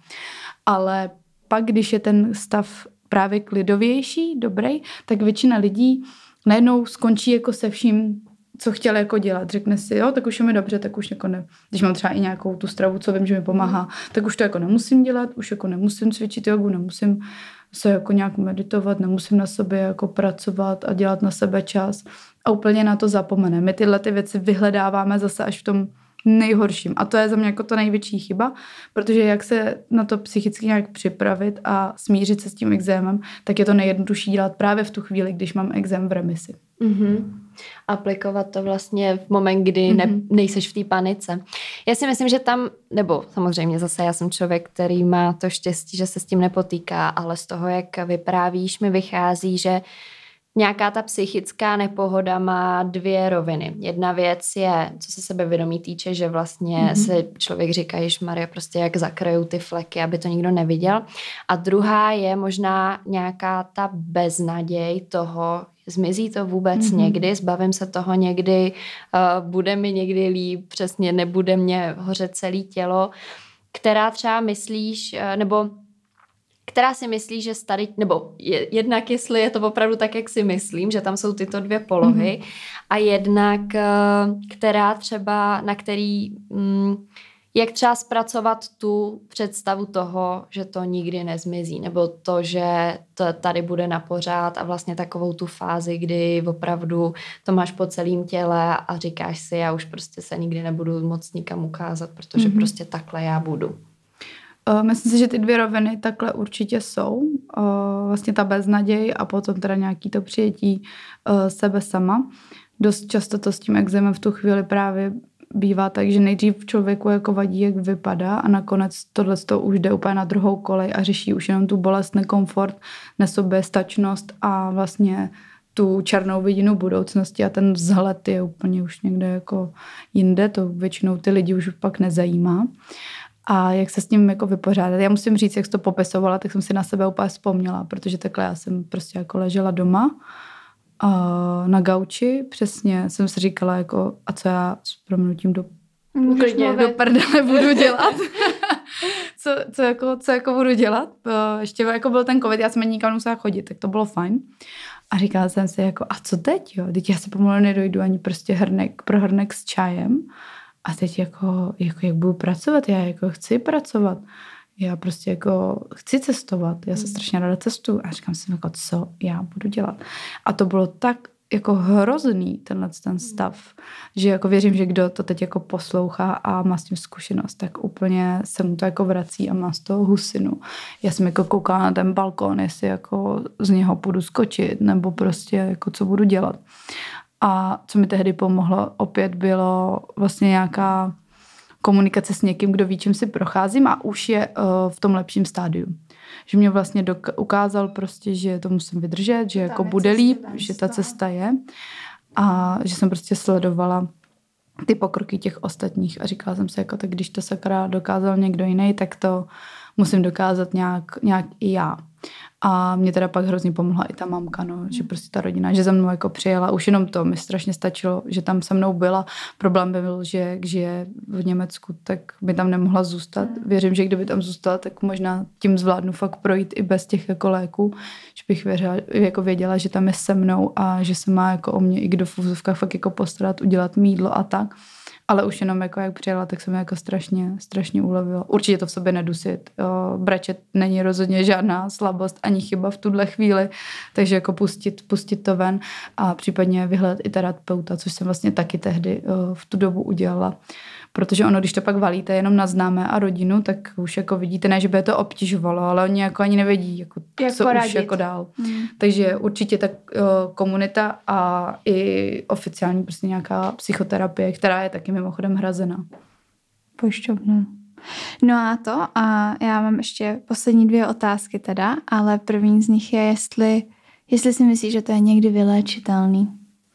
Ale pak, když je ten stav právě klidovější, dobrý, tak většina lidí najednou skončí jako se vším, co chtěla jako dělat. Řekne si, jo, tak už je mi dobře, tak už jako ne. Když mám třeba i nějakou tu stravu, co vím, že mi pomáhá, tak už to jako nemusím dělat, už jako nemusím cvičit jogu, nemusím se jako nějak meditovat, nemusím na sobě jako pracovat a dělat na sebe čas a úplně na to zapomene. My tyhle ty věci vyhledáváme zase až v tom nejhorším. A to je za mě jako to největší chyba, protože jak se na to psychicky nějak připravit a smířit se s tím exémem, tak je to nejjednodušší dělat právě v tu chvíli, když mám exém v remisi. Mm-hmm. Aplikovat to vlastně v moment, kdy mm-hmm. ne, nejseš v té panice. Já si myslím, že tam, nebo samozřejmě zase já jsem člověk, který má to štěstí, že se s tím nepotýká, ale z toho, jak vyprávíš, mi vychází, že nějaká ta psychická nepohoda má dvě roviny. Jedna věc je, co se sebevědomí týče, že vlastně mm-hmm. se člověk říká, ježmarja, prostě jak zakrajou ty fleky, aby to nikdo neviděl. A druhá je možná nějaká ta beznaděj toho, zmizí to vůbec mm-hmm. někdy, zbavím se toho někdy, uh, bude mi někdy líp, přesně nebude mě hořet celé tělo, která třeba myslíš, uh, nebo která si myslí, že starý, nebo jednak jestli je to opravdu tak, jak si myslím, že tam jsou tyto dvě polohy mm-hmm. a jednak, která třeba, na který, jak třeba zpracovat tu představu toho, že to nikdy nezmizí, nebo to, že to tady bude na pořád a vlastně takovou tu fázi, kdy opravdu to máš po celém těle a říkáš si, já už prostě se nikdy nebudu moc nikam ukázat, protože mm-hmm. prostě takhle já budu. Myslím si, že ty dvě roviny takhle určitě jsou. Vlastně ta beznaděj a potom teda nějaký to přijetí sebe sama. Dost často to s tím exémem v tu chvíli právě bývá tak, že nejdřív člověku jako vadí, jak vypadá a nakonec tohle to už jde úplně na druhou kolej a řeší už jenom tu bolest, nekomfort, nesoběstačnost a vlastně tu černou vidinu budoucnosti a ten vzhled je úplně už někde jako jinde. To většinou ty lidi už pak nezajímá. A jak se s tím jako vypořádat. Já musím říct, jak jsi to popisovala, tak jsem si na sebe úplně vzpomněla, protože takhle já jsem prostě jako ležela doma a na gauči, přesně jsem si říkala jako, a co já s prominutím do, do prdele budu dělat. co, co, jako, co jako budu dělat. Ještě jako byl ten covid, já jsem nikam musela chodit, tak to bylo fajn. A říkala jsem si jako, a co teď, jo? Teď já se pomalu nedojdu ani prostě hrnek, pro hrnek s čajem. A teď jako, jako jak budu pracovat, já jako chci pracovat, já prostě jako chci cestovat, já se strašně ráda cestuju a říkám si jako, co já budu dělat. A to bylo tak jako hrozný tenhle ten stav, že jako věřím, že kdo to teď jako poslouchá a má s tím zkušenost, tak úplně se mu to jako vrací a má z toho husinu. Já jsem jako koukala na ten balkon, jestli jako z něho půjdu skočit nebo prostě jako co budu dělat. A co mi tehdy pomohlo opět bylo vlastně nějaká komunikace s někým, kdo ví, čím si procházím a už je uh, v tom lepším stádiu. Že mě vlastně dok- ukázal prostě, že to musím vydržet, že jako bude líp, že ta cesta je a že jsem prostě sledovala ty pokroky těch ostatních a říkala jsem si jako, tak když to sakra dokázal někdo jiný, tak to musím dokázat nějak, nějak i já. A mě teda pak hrozně pomohla i ta mamka, no, že prostě ta rodina, že za mnou jako přijela. Už jenom to mi strašně stačilo, že tam se mnou byla. Problém by byl, že když je v Německu, tak by tam nemohla zůstat. Věřím, že kdyby tam zůstala, tak možná tím zvládnu fakt projít i bez těch jako léků. Že bych věřila, jako věděla, že tam je se mnou a že se má jako o mě i kdo v úzovkách fakt jako postarat, udělat mýdlo a tak. Ale už jenom jako jak přijela, tak se mi jako strašně, strašně ulevilo. Určitě to v sobě nedusit. Brečet není rozhodně žádná slabost ani chyba v tuhle chvíli, takže jako pustit, pustit to ven a případně vyhledat i terapeuta, což jsem vlastně taky tehdy v tu dobu udělala. Protože ono, když to pak valíte jenom na známé a rodinu, tak už jako vidíte, ne, že by je to obtěžovalo, ale oni jako ani nevědí, jako, jak co poradit. Už jako dál. Hmm. Takže určitě ta uh, komunita a i oficiální prostě nějaká psychoterapie, která je taky mimochodem hrazena. Pojišťovnou. No a to, a já mám ještě poslední dvě otázky teda, ale první z nich je, jestli, jestli si myslíš, že to je někdy vyléčitelný.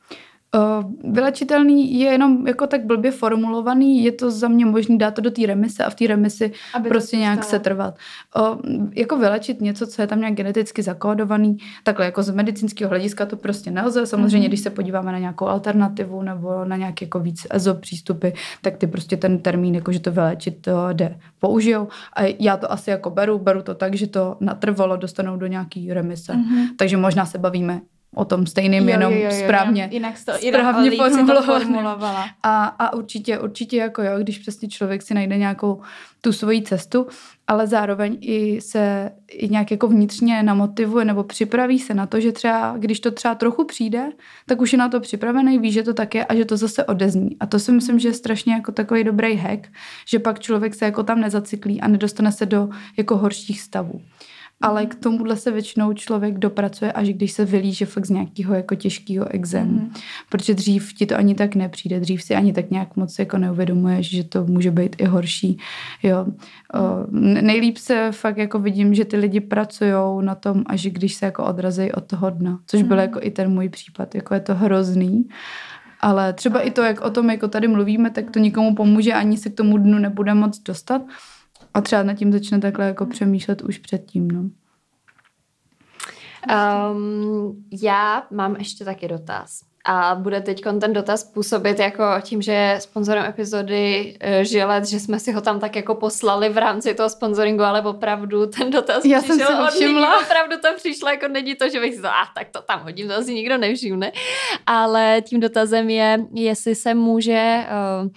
Uh, vylečitelný je jenom jako tak blbě formulovaný, je to za mě možný dát to do té remise a v té remisi aby prostě nějak setrvat. Uh, jako vylečit něco, co je tam nějak geneticky zakódovaný, takhle jako z medicínského hlediska to prostě nelze. Samozřejmě, mm-hmm. když se podíváme na nějakou alternativu nebo na nějaké jako víc ezo přístupy, tak ty prostě ten termín, jako že to vylečit to jde, použijou. A já to asi jako beru, beru to tak, že to natrvalo dostanou do nějaký remise. Mm-hmm. Takže možná se bavíme o tom stejným, jo, jenom jo, jo, správně, jinak to, správně jinak formulovala. A, a určitě, určitě jako jo, když přesně člověk si najde nějakou tu svoji cestu, ale zároveň i se i nějak jako vnitřně namotivuje nebo připraví se na to, že třeba, když to třeba trochu přijde, tak už je na to připravený, ví, že to tak je a že to zase odezní. A to si myslím, že je strašně jako takový dobrý hack, že pak člověk se jako tam nezacyklí a nedostane se do jako horších stavů. Ale k tomuhle se většinou člověk dopracuje, až když se vylíže fakt z nějakého jako těžkého exému. Mm. Protože dřív ti to ani tak nepřijde, dřív si ani tak nějak moc jako neuvědomuješ, že to může být i horší. Jo. O, nejlíp se fakt jako vidím, že ty lidi pracujou na tom, až když se jako odrazejí od toho dna. Což byl mm. jako i ten můj případ. Jako je to hrozný. Ale třeba i to, jak o tom jako tady mluvíme, tak to nikomu pomůže, ani se k tomu dnu nebude moc dostat. A třeba nad tím začne takhle jako přemýšlet už předtím, no. Um, já mám ještě taky dotaz. A bude teď ten dotaz působit jako tím, že je sponzorem epizody uh, Žilet, že jsme si ho tam tak jako poslali v rámci toho sponsoringu, ale opravdu ten dotaz já přišel jsem od lidí. Opravdu to přišlo, jako není to, že bych si to, ah, tak to tam hodím, to si nikdo nevšimne. Ale tím dotazem je, jestli se může... Uh,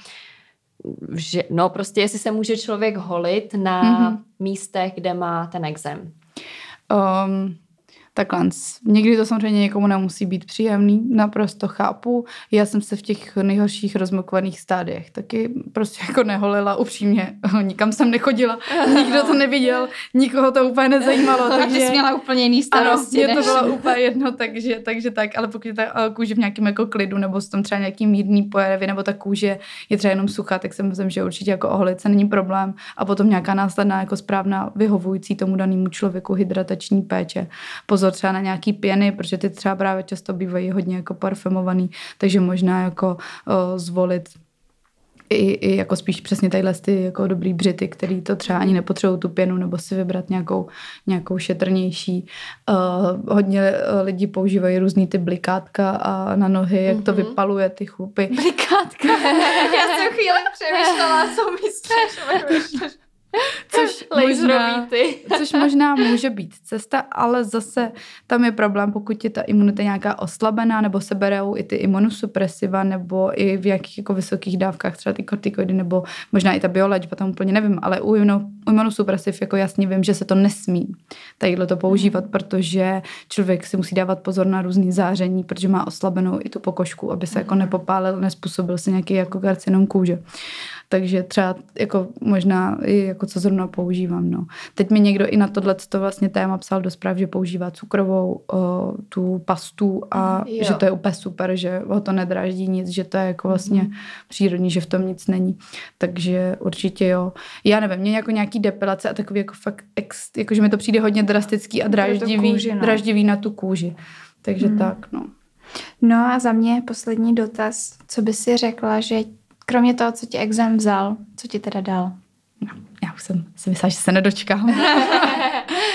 že, no prostě jestli se může člověk holit na mm-hmm. místech, kde má ten exém. Um, takhle. Někdy to samozřejmě někomu nemusí být příjemný, naprosto chápu. Já jsem se v těch nejhorších rozmokvaných stádiích taky prostě jako neholila upřímně. Nikam jsem nechodila, nikdo to neviděl, nikoho to úplně nezajímalo. Takže jsi měla úplně jiný starosti. Ano, mě to bylo úplně jedno, takže, takže tak, ale pokud je ta kůže v nějakém jako klidu, nebo jsou tam třeba nějaký mírný pojevy, nebo ta kůže je třeba jenom suchá, tak si myslím, že určitě jako oholit se není problém. A potom nějaká následná jako správná vyhovující tomu danému člověku hydratační péče. Pozor třeba na nějaký pěny, protože ty třeba právě často bývají hodně jako parfumovaný, takže možná jako o, zvolit i, i jako spíš přesně tadyhle ty jako dobrý břity, který to třeba ani nepotřebují tu pěnu, nebo si vybrat nějakou, nějakou šetrnější. Uh, hodně lidí používají různý ty blikátka a na nohy, jak mm-hmm. to vypaluje ty chlupy. Blikátka? Já jsem chvíli přemýšlela, co myslíš, Což možná, což možná může být cesta, ale zase tam je problém, pokud je ta imunita nějaká oslabená, nebo se berou i ty imunosupresiva, nebo i v jakých jako vysokých dávkách, třeba ty kortikoidy, nebo možná i ta bioléčba, tam úplně nevím, ale u imunosupresiv jako jasně vím, že se to nesmí tadyhle to používat, protože člověk si musí dávat pozor na různý záření, protože má oslabenou i tu pokožku, aby se jako nepopálil, nespůsobil se nějaký jako karcinom kůže. Takže třeba jako možná i jako co zrovna používám. No. Teď mi někdo i na tohleto vlastně téma psal do zpráv, že používá cukrovou o, tu pastu a jo. že to je úplně super, že ho to nedráždí nic, že to je jako vlastně mm. přírodní, že v tom nic není. Takže určitě jo. Já nevím, mě jako nějaký depilace a takový jako fakt, ex, jako že mi to přijde hodně drastický a dráždivý, kůži, no. dráždivý na tu kůži. Takže mm. tak, no. No a za mě poslední dotaz, co by si řekla, že kromě toho, co ti exém vzal, co ti teda dal? No, já už jsem si myslela, že se nedočkám.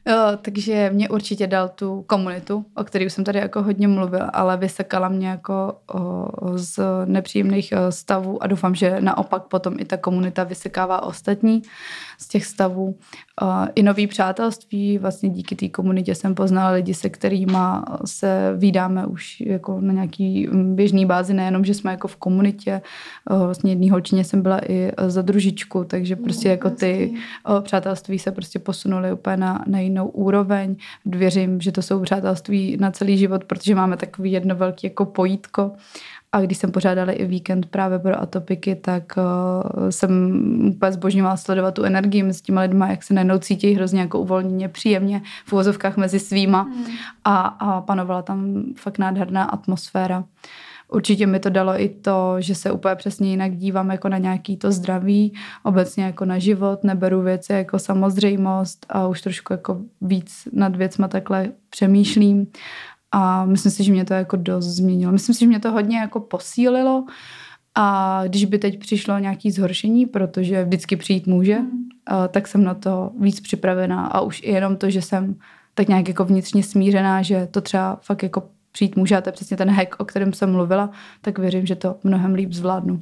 Jo, takže mě určitě dal tu komunitu, o které už jsem tady jako hodně mluvila, ale vysekala mě jako o, z nepříjemných stavů a doufám, že naopak potom i ta komunita vysekává ostatní z těch stavů. I nový přátelství, vlastně díky té komunitě jsem poznala lidi, se kterými se vídáme už jako na nějaký běžný bázi, nejenom, že jsme jako v komunitě. Vlastně jedný holčině jsem byla i za družičku, takže prostě jako ty přátelství se prostě posunuly úplně na, na jinou úroveň. Věřím, že to jsou přátelství na celý život, protože máme takový jedno velké jako pojítko. A když jsem pořádala i víkend právě pro atopiky, tak uh, jsem úplně zbožňovala sledovat tu energii mezi těma lidma, jak se najednou cítí hrozně jako uvolněně, příjemně v uvozovkách mezi svýma mm. a, a panovala tam fakt nádherná atmosféra. Určitě mi to dalo i to, že se úplně přesně jinak dívám jako na nějaký to zdraví, obecně jako na život, neberu věci jako samozřejmost a už trošku jako víc nad věcma takhle přemýšlím. A myslím si, že mě to jako dost změnilo. Myslím si, že mě to hodně jako posílilo a když by teď přišlo nějaké zhoršení, protože vždycky přijít může, mm. tak jsem na to víc připravená a už i jenom to, že jsem tak nějak jako vnitřně smířená, že to třeba fakt jako přijít může a to je přesně ten hack, o kterém jsem mluvila, tak věřím, že to mnohem líp zvládnu.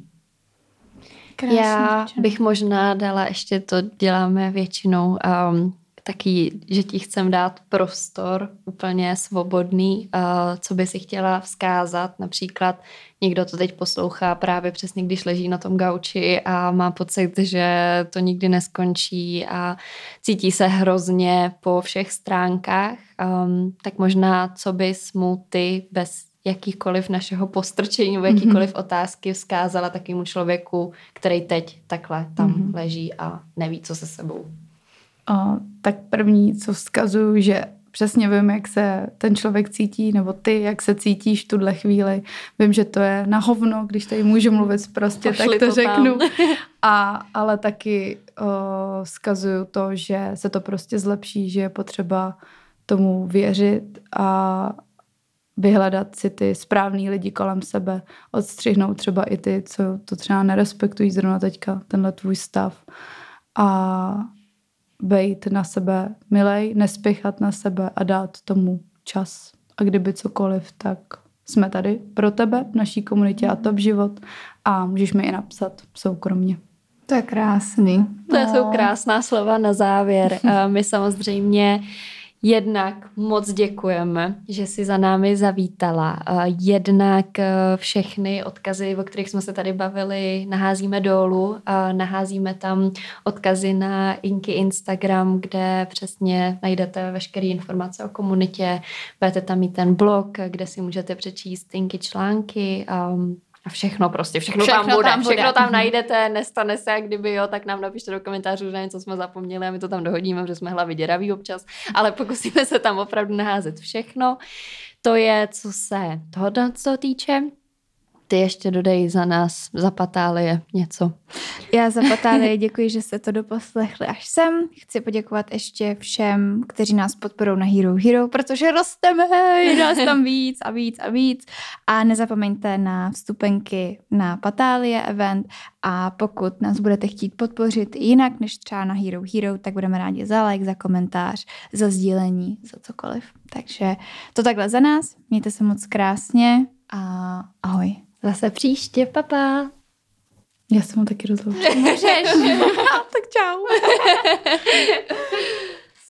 Krásný, Já řečeno. Bych možná dala, ještě to děláme většinou, um, taky, že ti chcem dát prostor úplně svobodný, uh, co by si chtěla vzkázat. Například někdo to teď poslouchá právě přesně, když leží na tom gauči a má pocit, že to nikdy neskončí a cítí se hrozně po všech stránkách. Um, tak možná, co bys mu ty bez jakýkoliv našeho postrčení nebo jakýkoliv mm-hmm. otázky vzkázala takému člověku, který teď takhle tam mm-hmm. leží a neví, co se sebou. O, tak první, co vzkazuju, že přesně vím, jak se ten člověk cítí, nebo ty, jak se cítíš v tuhle chvíli. Vím, že to je na hovno, když tady můžu mluvit prostě, Pošli tak to, to řeknu. A, ale taky o, vzkazuju to, že se to prostě zlepší, že je potřeba tomu věřit a vyhledat si ty správný lidi kolem sebe, odstřihnout třeba i ty, co to třeba nerespektují zrovna teďka, tenhle tvůj stav. A bejt na sebe milej, nespěchat na sebe a dát tomu čas. A kdyby cokoliv, tak jsme tady pro tebe, v naší komunitě a Top život a můžeš mi i napsat soukromně. To je krásný. To no. jsou krásná slova na závěr. My samozřejmě jednak moc děkujeme, že jsi za námi zavítala. Jednak všechny odkazy, o kterých jsme se tady bavili, naházíme dolů. Naházíme tam odkazy na Inky Instagram, kde přesně najdete veškeré informace o komunitě. Budete tam mít ten blog, kde si můžete přečíst Inky články. A všechno prostě, všechno, všechno tam bude, tam bude. Všechno tam najdete, nestane se, a kdyby jo, tak nám napište do komentářů, že něco jsme zapomněli a my to tam dohodíme, protože jsme hlavy děraví občas, ale pokusíme se tam opravdu naházet všechno. To je, co se toho, co týče. Ty ještě dodej za nás, za Patálie něco. Já za Patálie děkuji, že jste to doposlechli až sem. Chci poděkovat ještě všem, kteří nás podporují na Hero Hero, protože rosteme, je nás tam víc a víc a víc. A nezapomeňte na vstupenky na Patálie event a pokud nás budete chtít podpořit jinak než třeba na Hero Hero, tak budeme rádi za like, za komentář, za sdílení, za cokoliv. Takže to takhle za nás. Mějte se moc krásně a ahoj. Zase příště, papa. Já se mám taky rozloučit. Můžeš. Tak čau.